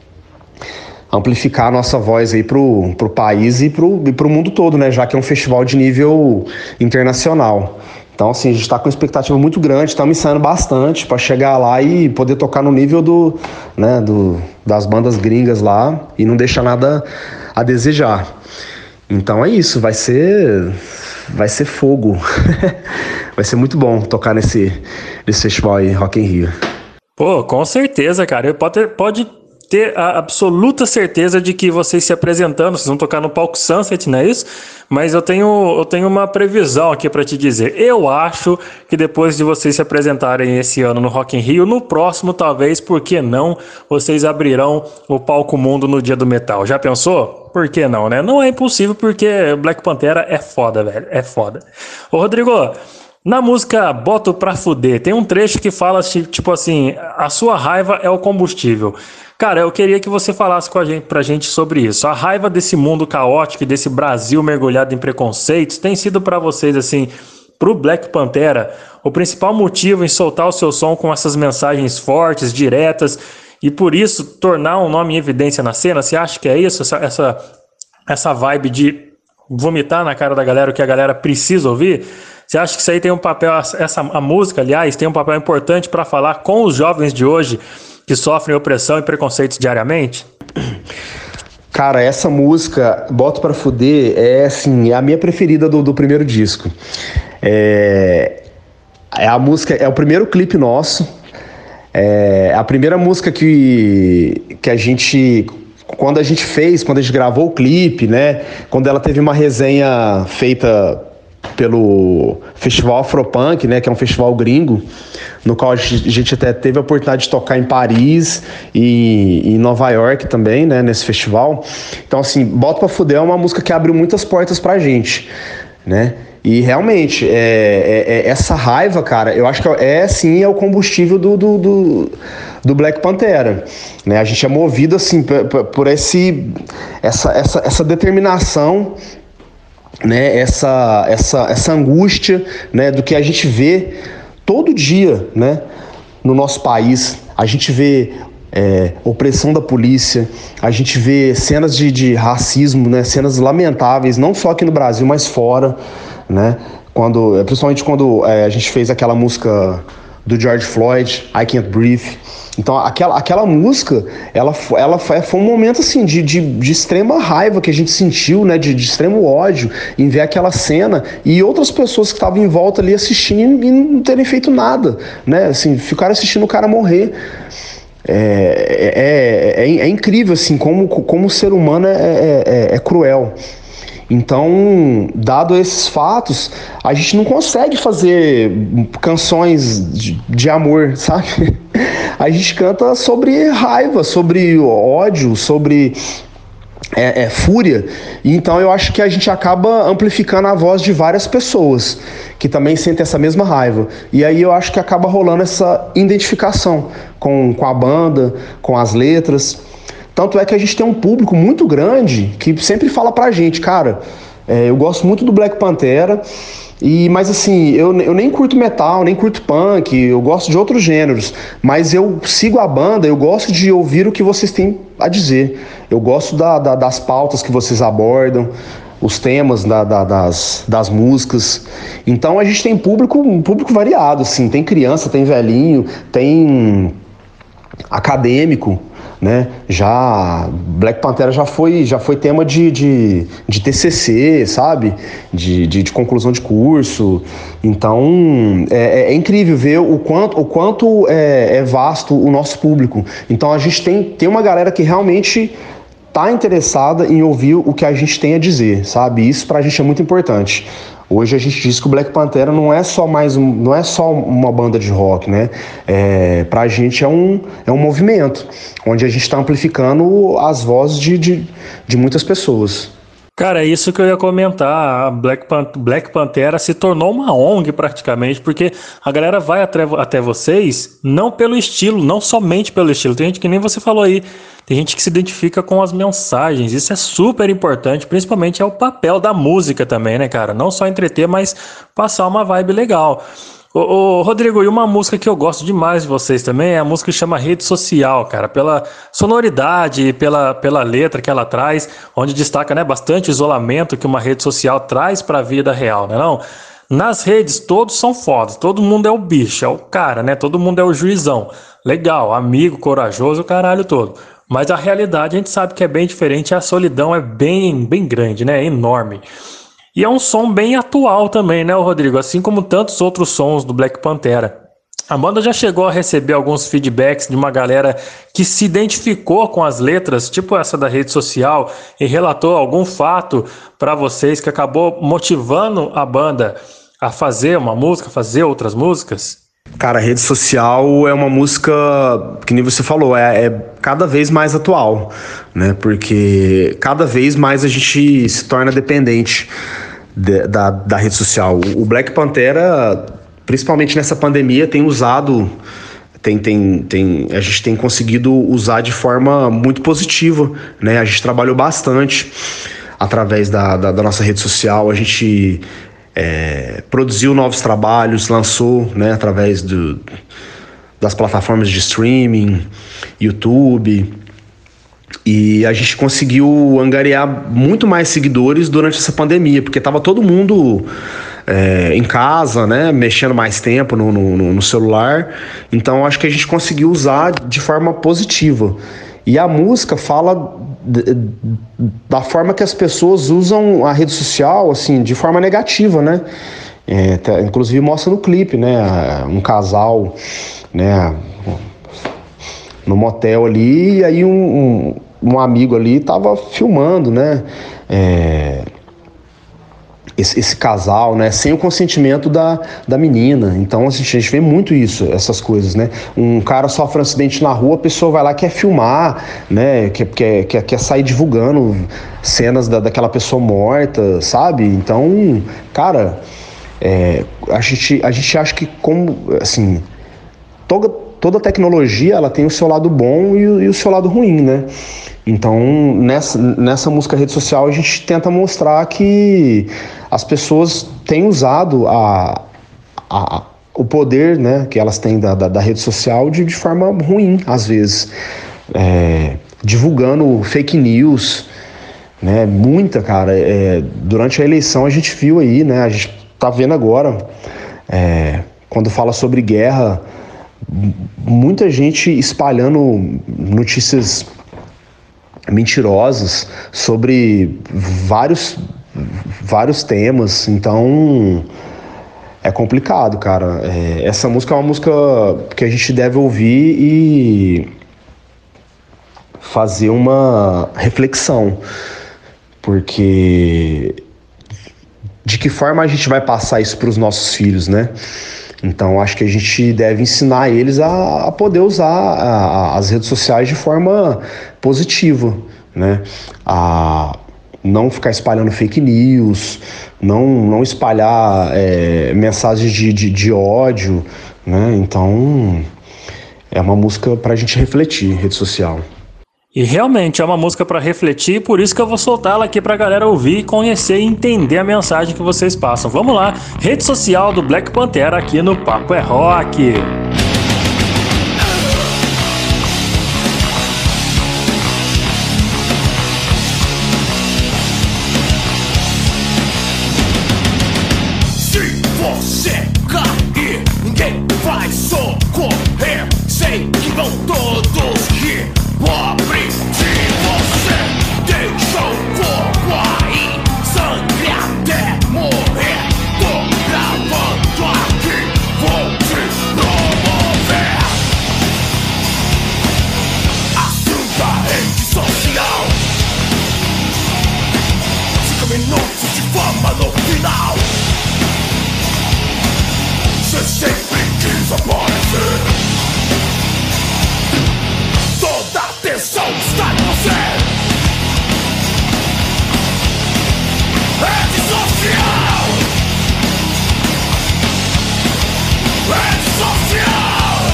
amplificar a nossa voz aí pro, pro país e pro, e pro mundo todo, né? Já que é um festival de nível internacional. Então, assim, a gente tá com uma expectativa muito grande, estamos ensaiando bastante para chegar lá e poder tocar no nível do, né, do, das bandas gringas lá, e não deixar nada a desejar. Então é isso, vai ser, vai ser fogo. Vai ser muito bom tocar nesse, nesse festival aí, Rock in Rio. Pô, com certeza, cara. Pode ter, pode ter a absoluta certeza de que vocês se apresentando, vocês vão tocar no palco Sunset, não é isso? Mas eu tenho, eu tenho uma previsão aqui pra te dizer. Eu acho que depois de vocês se apresentarem esse ano no Rock in Rio, no próximo talvez, por que não, vocês abrirão o Palco Mundo no Dia do Metal. Já pensou? Por que não, né? Não é impossível, porque Black Pantera é foda, velho. É foda. Ô, Rodrigo, na música Boto Pra Fuder, tem um trecho que fala, tipo assim, a sua raiva é o combustível. Cara, eu queria que você falasse com a gente, pra gente sobre isso. A raiva desse mundo caótico e desse Brasil mergulhado em preconceitos tem sido pra vocês, assim, pro Black Pantera, o principal motivo em soltar o seu som com essas mensagens fortes, diretas, e por isso tornar um nome em evidência na cena? Você acha que é isso? Essa, essa, essa vibe de vomitar na cara da galera o que a galera precisa ouvir? Você acha que isso aí tem um papel, essa, a música, aliás, tem um papel importante para falar com os jovens de hoje que sofrem opressão e preconceitos diariamente? Cara, essa música, Boto Pra Fuder, é assim, é a minha preferida do, do primeiro disco. É, é a música, é o primeiro clipe nosso, é a primeira música que, que a gente, quando a gente fez, quando a gente gravou o clipe, né, quando ela teve uma resenha feita pelo Festival Afropunk, né, que é um festival gringo, no qual a gente até teve a oportunidade de tocar em Paris e em Nova York também, né, nesse festival. Então, assim, Boto Pra Fuder é uma música que abriu muitas portas pra gente, né? E realmente, é, é, é essa raiva, cara, eu acho que é sim é o combustível do, do, do, do Black Pantera, né? A gente é movido assim por, por esse, essa, essa, essa determinação, né? Essa, essa, essa angústia, né? Do que a gente vê todo dia, né? No nosso país. A gente vê é, opressão da polícia, a gente vê cenas de, de racismo, né? Cenas lamentáveis, não só aqui no Brasil, mas fora, né? Quando, principalmente quando é, a gente fez aquela música do George Floyd, I Can't Breathe. Então aquela, aquela música, ela, ela foi um momento assim de, de, de extrema raiva que a gente sentiu, né? De, de extremo ódio em ver aquela cena e outras pessoas que estavam em volta ali assistindo e não terem feito nada, né? Assim, ficaram assistindo o cara morrer. É, é, é, é incrível assim como, como o ser humano é, é, é cruel. Então, dado esses fatos, a gente não consegue fazer canções de, de amor, sabe? A gente canta sobre raiva, sobre ódio, sobre é, é, fúria. E então eu acho que a gente acaba amplificando a voz de várias pessoas que também sentem essa mesma raiva. E aí eu acho que acaba rolando essa identificação com, com a banda, com as letras. Tanto é que a gente tem um público muito grande que sempre fala pra gente, cara, é, eu gosto muito do Black Pantera, e, mas assim, eu, eu nem curto metal, nem curto punk, eu gosto de outros gêneros, mas eu sigo a banda, eu gosto de ouvir o que vocês têm a dizer, eu gosto da, da, das pautas que vocês abordam, os temas da, da, das, das músicas. Então a gente tem público, um público variado, assim, tem criança, tem velhinho, tem acadêmico, né? Já Black Pantera já foi, já foi tema de, de, de T C C, sabe? De, de, de conclusão de curso. Então é, é incrível ver o quanto, o quanto é, é vasto o nosso público. Então a gente tem, tem uma galera que realmente tá interessada em ouvir o que a gente tem a dizer, sabe? Isso pra gente é muito importante. Hoje a gente diz que o Black Pantera não é só mais um, não é só uma banda de rock, né? É, pra gente é um, é um movimento, onde a gente está amplificando as vozes de, de, de muitas pessoas. Cara, é isso que eu ia comentar. A Black, Pan- Black Pantera se tornou uma O N G praticamente, porque a galera vai até, até vocês não pelo estilo, não somente pelo estilo. Tem gente que nem você falou aí, tem gente que se identifica com as mensagens. Isso é super importante, principalmente é o papel da música também, né, cara? Não só entreter, mas passar uma vibe legal. Ô, ô, Rodrigo, e uma música que eu gosto demais de vocês também é a música que chama Rede Social, cara, pela sonoridade, pela, pela letra que ela traz, onde destaca, né, bastante o isolamento que uma rede social traz para a vida real, né, não? Nas redes todos são fodas, todo mundo é o bicho, é o cara, né, todo mundo é o juizão, legal, amigo, corajoso, o caralho todo. Mas a realidade a gente sabe que é bem diferente, a solidão é bem, bem grande, né, é enorme. E é um som bem atual também, né, Rodrigo? Assim como tantos outros sons do Black Pantera. A banda já chegou a receber alguns feedbacks de uma galera que se identificou com as letras, tipo essa da rede social, e relatou algum fato para vocês que acabou motivando a banda a fazer uma música, fazer outras músicas? Cara, Rede Social é uma música, que nem você falou, é, é cada vez mais atual, né? Porque cada vez mais a gente se torna dependente de, da, da rede social. O Black Pantera, principalmente nessa pandemia, tem usado, tem, tem, tem, a gente tem conseguido usar de forma muito positiva, né? A gente trabalhou bastante através da, da, da nossa rede social, a gente... É, produziu novos trabalhos, lançou, né, através do, das plataformas de streaming, YouTube, e a gente conseguiu angariar muito mais seguidores durante essa pandemia, porque estava todo mundo é, em casa, né, mexendo mais tempo no, no, no celular, então acho que a gente conseguiu usar de forma positiva. E a música fala da forma que as pessoas usam a rede social, assim, de forma negativa, né? É, tá, inclusive mostra no clipe, né? Um casal, né? No motel ali, e aí um, um, um amigo ali tava filmando, né? É, esse, esse casal, né? Sem o consentimento da, da menina. Então assim, a gente vê muito isso, essas coisas, né? Um cara sofre um acidente na rua, a pessoa vai lá, quer filmar, né? Quer, quer, quer, quer sair divulgando cenas da, daquela pessoa morta, sabe? Então, cara, é, a, gente, a gente acha que como, assim, toda, toda tecnologia, ela tem o seu lado bom e o, e o seu lado ruim, né? Então, nessa, nessa música Rede Social, a gente tenta mostrar que as pessoas têm usado a, a, o poder, né, que elas têm da, da, da rede social de, de forma ruim, às vezes. É, divulgando fake news, né, muita, cara. É, durante a eleição a gente viu aí, né, a gente tá vendo agora, é, quando fala sobre guerra, muita gente espalhando notícias mentirosas sobre vários, vários temas, então é complicado, cara. É, essa música é uma música que a gente deve ouvir e fazer uma reflexão, porque de que forma a gente vai passar isso para os nossos filhos, né? Então acho que a gente deve ensinar eles a, a poder usar a, a, as redes sociais de forma positiva, né? A não ficar espalhando fake news, não, não espalhar é, mensagens de, de, de ódio, né? Então é uma música pra gente refletir, rede social. E realmente é uma música para refletir, por isso que eu vou soltá-la aqui pra galera ouvir, conhecer e entender a mensagem que vocês passam. Vamos lá, rede social do Black Panther aqui no Papo é Rock. Se você cair, ninguém vai socorrer. Sei que vão todos rir. Pobre se você deixou o corpo aí, sangue até morrer. Tô gravando aqui, vou te promover. Assunto a rede social. Cinco minutos de fama no final. Você sempre quis aparecer. Toda a atenção está em você. Rede social. Rede social.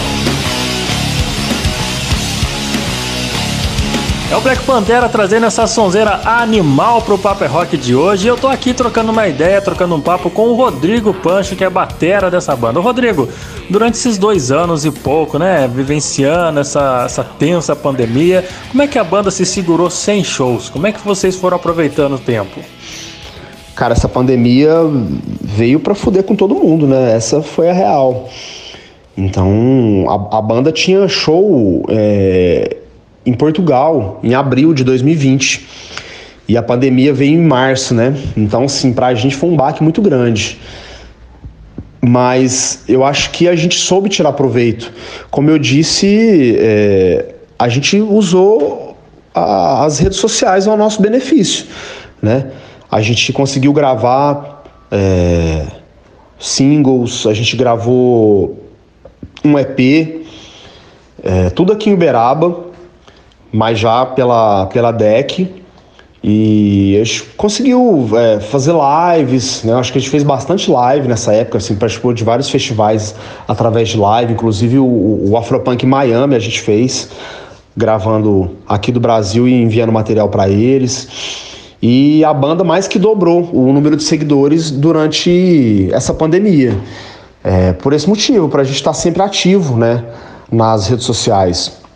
É o Black Panther trazendo essa sonzeira animal pro Papo é Rock de hoje. Eu tô aqui trocando uma ideia, trocando um papo com o Rodrigo Pancho, que é batera dessa banda. Ô Rodrigo, durante esses dois anos e pouco, né, vivenciando essa, essa tensa pandemia, como é que a banda se segurou sem shows? Como é que vocês foram aproveitando o tempo? Cara, essa pandemia veio pra fuder com todo mundo, né? Essa foi a real. Então, a, a banda tinha show é, em Portugal, em abril de dois mil e vinte. E a pandemia veio em março, né? Então, assim, pra gente foi um baque muito grande. Mas eu acho que a gente soube tirar proveito. Como eu disse, é, a gente usou a, as redes sociais ao nosso benefício, né? A gente conseguiu gravar é, singles, a gente gravou um E P, é, tudo aqui em Uberaba, mas já pela, pela D E C. E a gente conseguiu é, fazer lives, né? Acho que a gente fez bastante live nessa época, assim, participou de vários festivais através de live, inclusive o, o Afropunk Miami a gente fez, gravando aqui do Brasil e enviando material para eles. E a banda mais que dobrou o número de seguidores durante essa pandemia. É, por esse motivo, para a gente estar sempre ativo, né, nas redes sociais.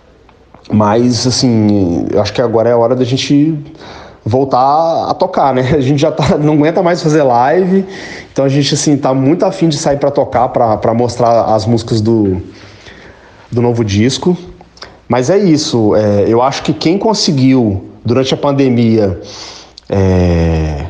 Mas, assim, eu acho que agora é a hora da gente voltar a tocar, né? A gente já tá, não aguenta mais fazer live, então a gente, assim, tá muito afim de sair para tocar, para mostrar as músicas do, do novo disco. Mas é isso, é, eu acho que quem conseguiu, durante a pandemia, é,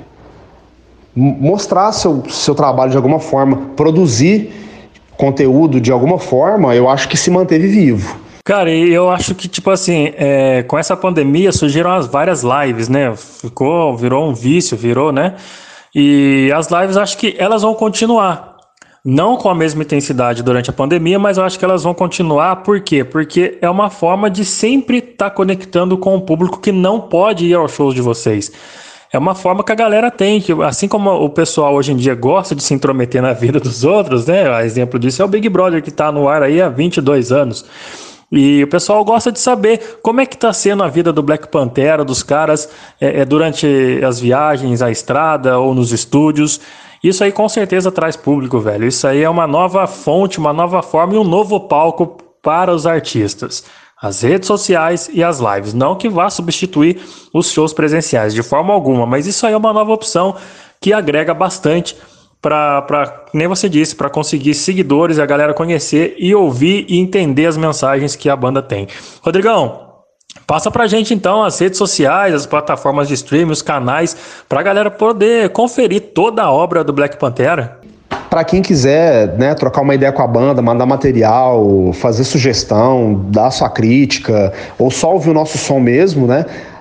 mostrar seu, seu trabalho de alguma forma, produzir conteúdo de alguma forma, eu acho que se manteve vivo. Cara, e eu acho que, tipo assim, é, com essa pandemia surgiram as várias lives, né? Ficou, virou um vício, virou, né? E as lives, acho que elas vão continuar. Não com a mesma intensidade durante a pandemia, mas eu acho que elas vão continuar. Por quê? Porque é uma forma de sempre estar tá conectando com o público que não pode ir aos shows de vocês. É uma forma que a galera tem, que assim como o pessoal hoje em dia gosta de se intrometer na vida dos outros, né? O exemplo disso é o Big Brother, que tá no ar aí há vinte e dois anos. E o pessoal gosta de saber como é que tá sendo a vida do Black Panther, dos caras, é, é, durante as viagens, a estrada ou nos estúdios. Isso aí com certeza traz público, velho. Isso aí é uma nova fonte, uma nova forma e um novo palco para os artistas. As redes sociais e as lives. Não que vá substituir os shows presenciais de forma alguma, mas isso aí é uma nova opção que agrega bastante para, para, nem você disse, para conseguir seguidores, a galera conhecer e ouvir e entender as mensagens que a banda tem. Rodrigão, passa pra gente então as redes sociais, as plataformas de streaming, os canais, pra galera poder conferir toda a obra do Black Panther. Para quem quiser, né, trocar uma ideia com a banda, mandar material, fazer sugestão, dar sua crítica, ou só ouvir o nosso som mesmo, né?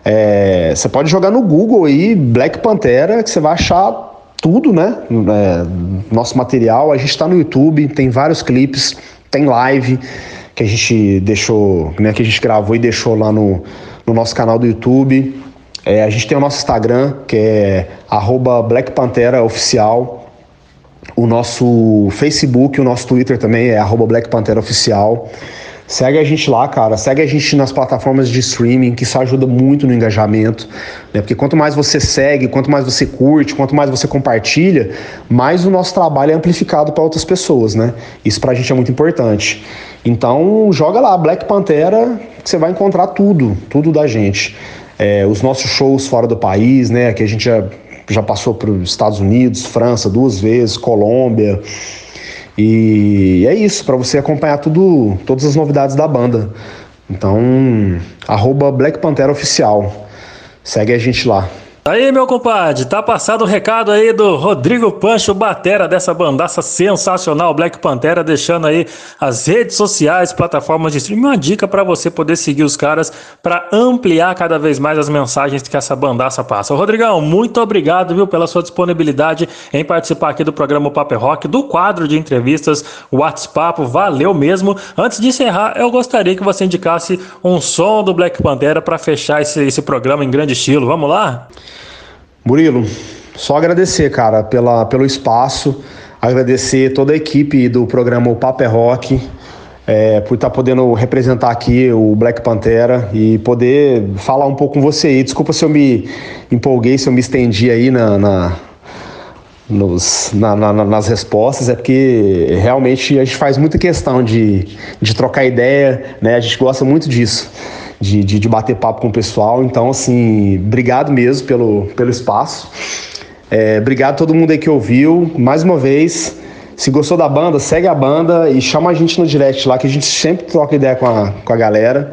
É, você pode jogar no Google aí, Black Pantera, que você vai achar tudo, né? É, nosso material. A gente está no YouTube, tem vários clipes, tem live que a gente deixou, né, que a gente gravou e deixou lá no, no nosso canal do YouTube. É, a gente tem o nosso Instagram, que é arroba Black Pantera Oficial. O nosso Facebook, o nosso Twitter também é arroba Black Pantera Oficial. Segue a gente lá, cara. Segue a gente nas plataformas de streaming, que isso ajuda muito no engajamento, né? Porque quanto mais você segue, quanto mais você curte, quanto mais você compartilha, mais o nosso trabalho é amplificado para outras pessoas, né? Isso pra gente é muito importante. Então, joga lá, Black Pantera, que você vai encontrar tudo, tudo da gente. É, os nossos shows fora do país, né? Que a gente já, já passou para os Estados Unidos, França duas vezes, Colômbia. E é isso, para você acompanhar tudo, todas as novidades da banda. Então, arroba Black Pantera Oficial. Segue a gente lá. Aí, meu compadre, tá passado o recado aí do Rodrigo Pancho, batera dessa bandaça sensacional Black Pantera, deixando aí as redes sociais, plataformas de streaming, uma dica para você poder seguir os caras para ampliar cada vez mais as mensagens que essa bandaça passa. Ô, Rodrigão, muito obrigado, viu, pela sua disponibilidade em participar aqui do programa Papo é Rock, do quadro de entrevistas WhatsApp, valeu mesmo. Antes de encerrar, eu gostaria que você indicasse um som do Black Pantera para fechar esse, esse programa em grande estilo. Vamos lá? Murilo, só agradecer, cara, pela, pelo espaço, agradecer toda a equipe do programa O Papo é Rock, é, por estar podendo representar aqui o Black Pantera e poder falar um pouco com você aí. Desculpa se eu me empolguei, se eu me estendi aí na, na, nos, na, na, nas respostas, é porque realmente a gente faz muita questão de, de trocar ideia, né? A gente gosta muito disso. De, de, de bater papo com o pessoal. Então, assim, obrigado mesmo pelo, pelo espaço. É, obrigado a todo mundo aí que ouviu. Mais uma vez, se gostou da banda, segue a banda e chama a gente no direct lá, que a gente sempre troca ideia com a, com a galera.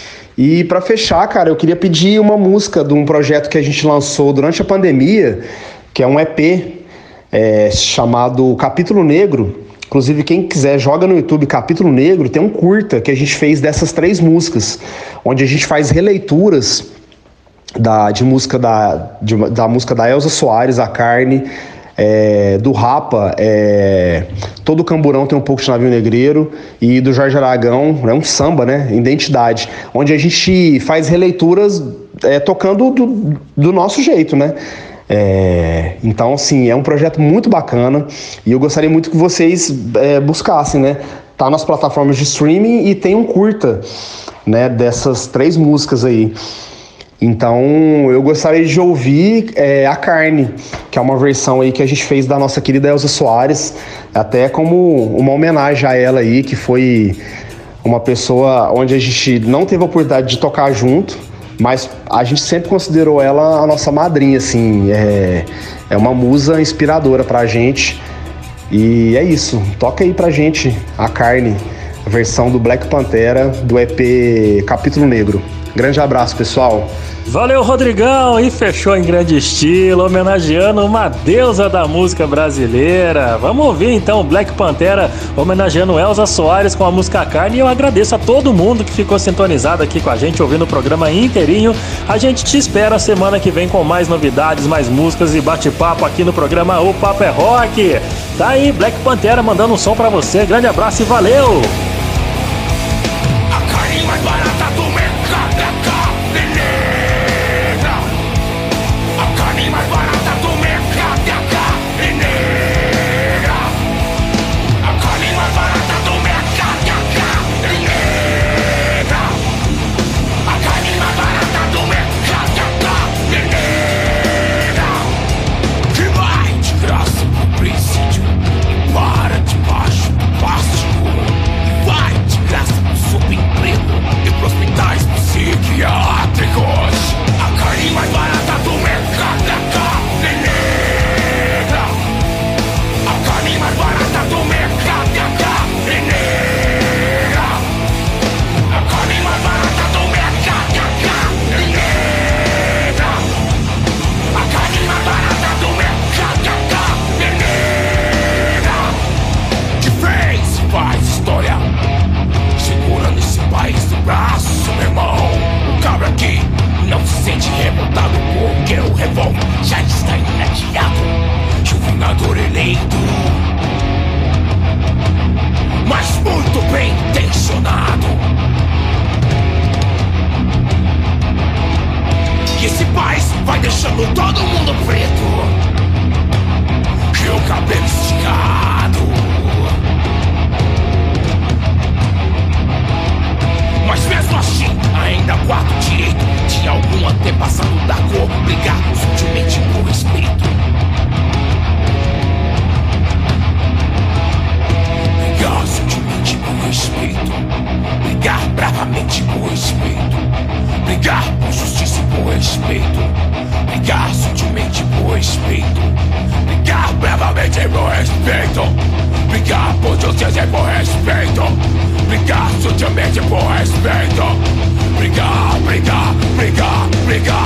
E pra fechar, cara, eu queria pedir uma música de um projeto que a gente lançou durante a pandemia, que é um E P é, chamado Capítulo Negro. Inclusive, quem quiser, joga no YouTube Capítulo Negro, tem um curta que a gente fez dessas três músicas, onde a gente faz releituras da, de música da, de, da música da Elza Soares, A Carne, é, do Rapa, é, Todo Camburão Tem um Pouco de Navio Negreiro, e do Jorge Aragão, é um samba, né? Identidade, onde a gente faz releituras é, tocando do, do nosso jeito, né? É, então, assim, é um projeto muito bacana e eu gostaria muito que vocês é, buscassem, né? Tá nas plataformas de streaming e tem um curta, né, dessas três músicas aí. Então, eu gostaria de ouvir é, A Carne, que é uma versão aí que a gente fez da nossa querida Elza Soares, até como uma homenagem a ela aí, que foi uma pessoa onde a gente não teve a oportunidade de tocar junto, mas a gente sempre considerou ela a nossa madrinha, assim, é, é uma musa inspiradora pra gente. E é isso, toca aí pra gente A Carne, a versão do Black Pantera, do E P Capítulo Negro. Grande abraço, pessoal. Valeu, Rodrigão, e fechou em grande estilo, homenageando uma deusa da música brasileira. Vamos ouvir então Black Pantera homenageando Elza Soares com a música Carne. E eu agradeço a todo mundo que ficou sintonizado aqui com a gente, ouvindo o programa inteirinho. A gente te espera semana que vem com mais novidades, mais músicas e bate-papo aqui no programa O Papo é Rock. Tá aí, Black Pantera mandando um som pra você. Grande abraço e valeu! A carne mais barata do mercado é a carne negra. A carne mais barata do mercado é a carne negra. A carne mais barata do mercado é a carne negra. A carne mais barata do mercado é a carne negra. Que vai de graça pro presídio, para debaixo do plástico. Vai mas vai deixando todo mundo preto. E o cabelo esticado. Mas mesmo assim, ainda guardo o direito de algum antepassado da cor brigar sutilmente por respeito. Brigar sutilmente por respeito. Brigar bravamente por respeito. Brigar por justiça e por respeito. Brigar sutilmente por respeito. Brigar bravamente por respeito. Brigar por justiça e por respeito. Brigar sutilmente por respeito. Brigar, brigar, brigar, brigar.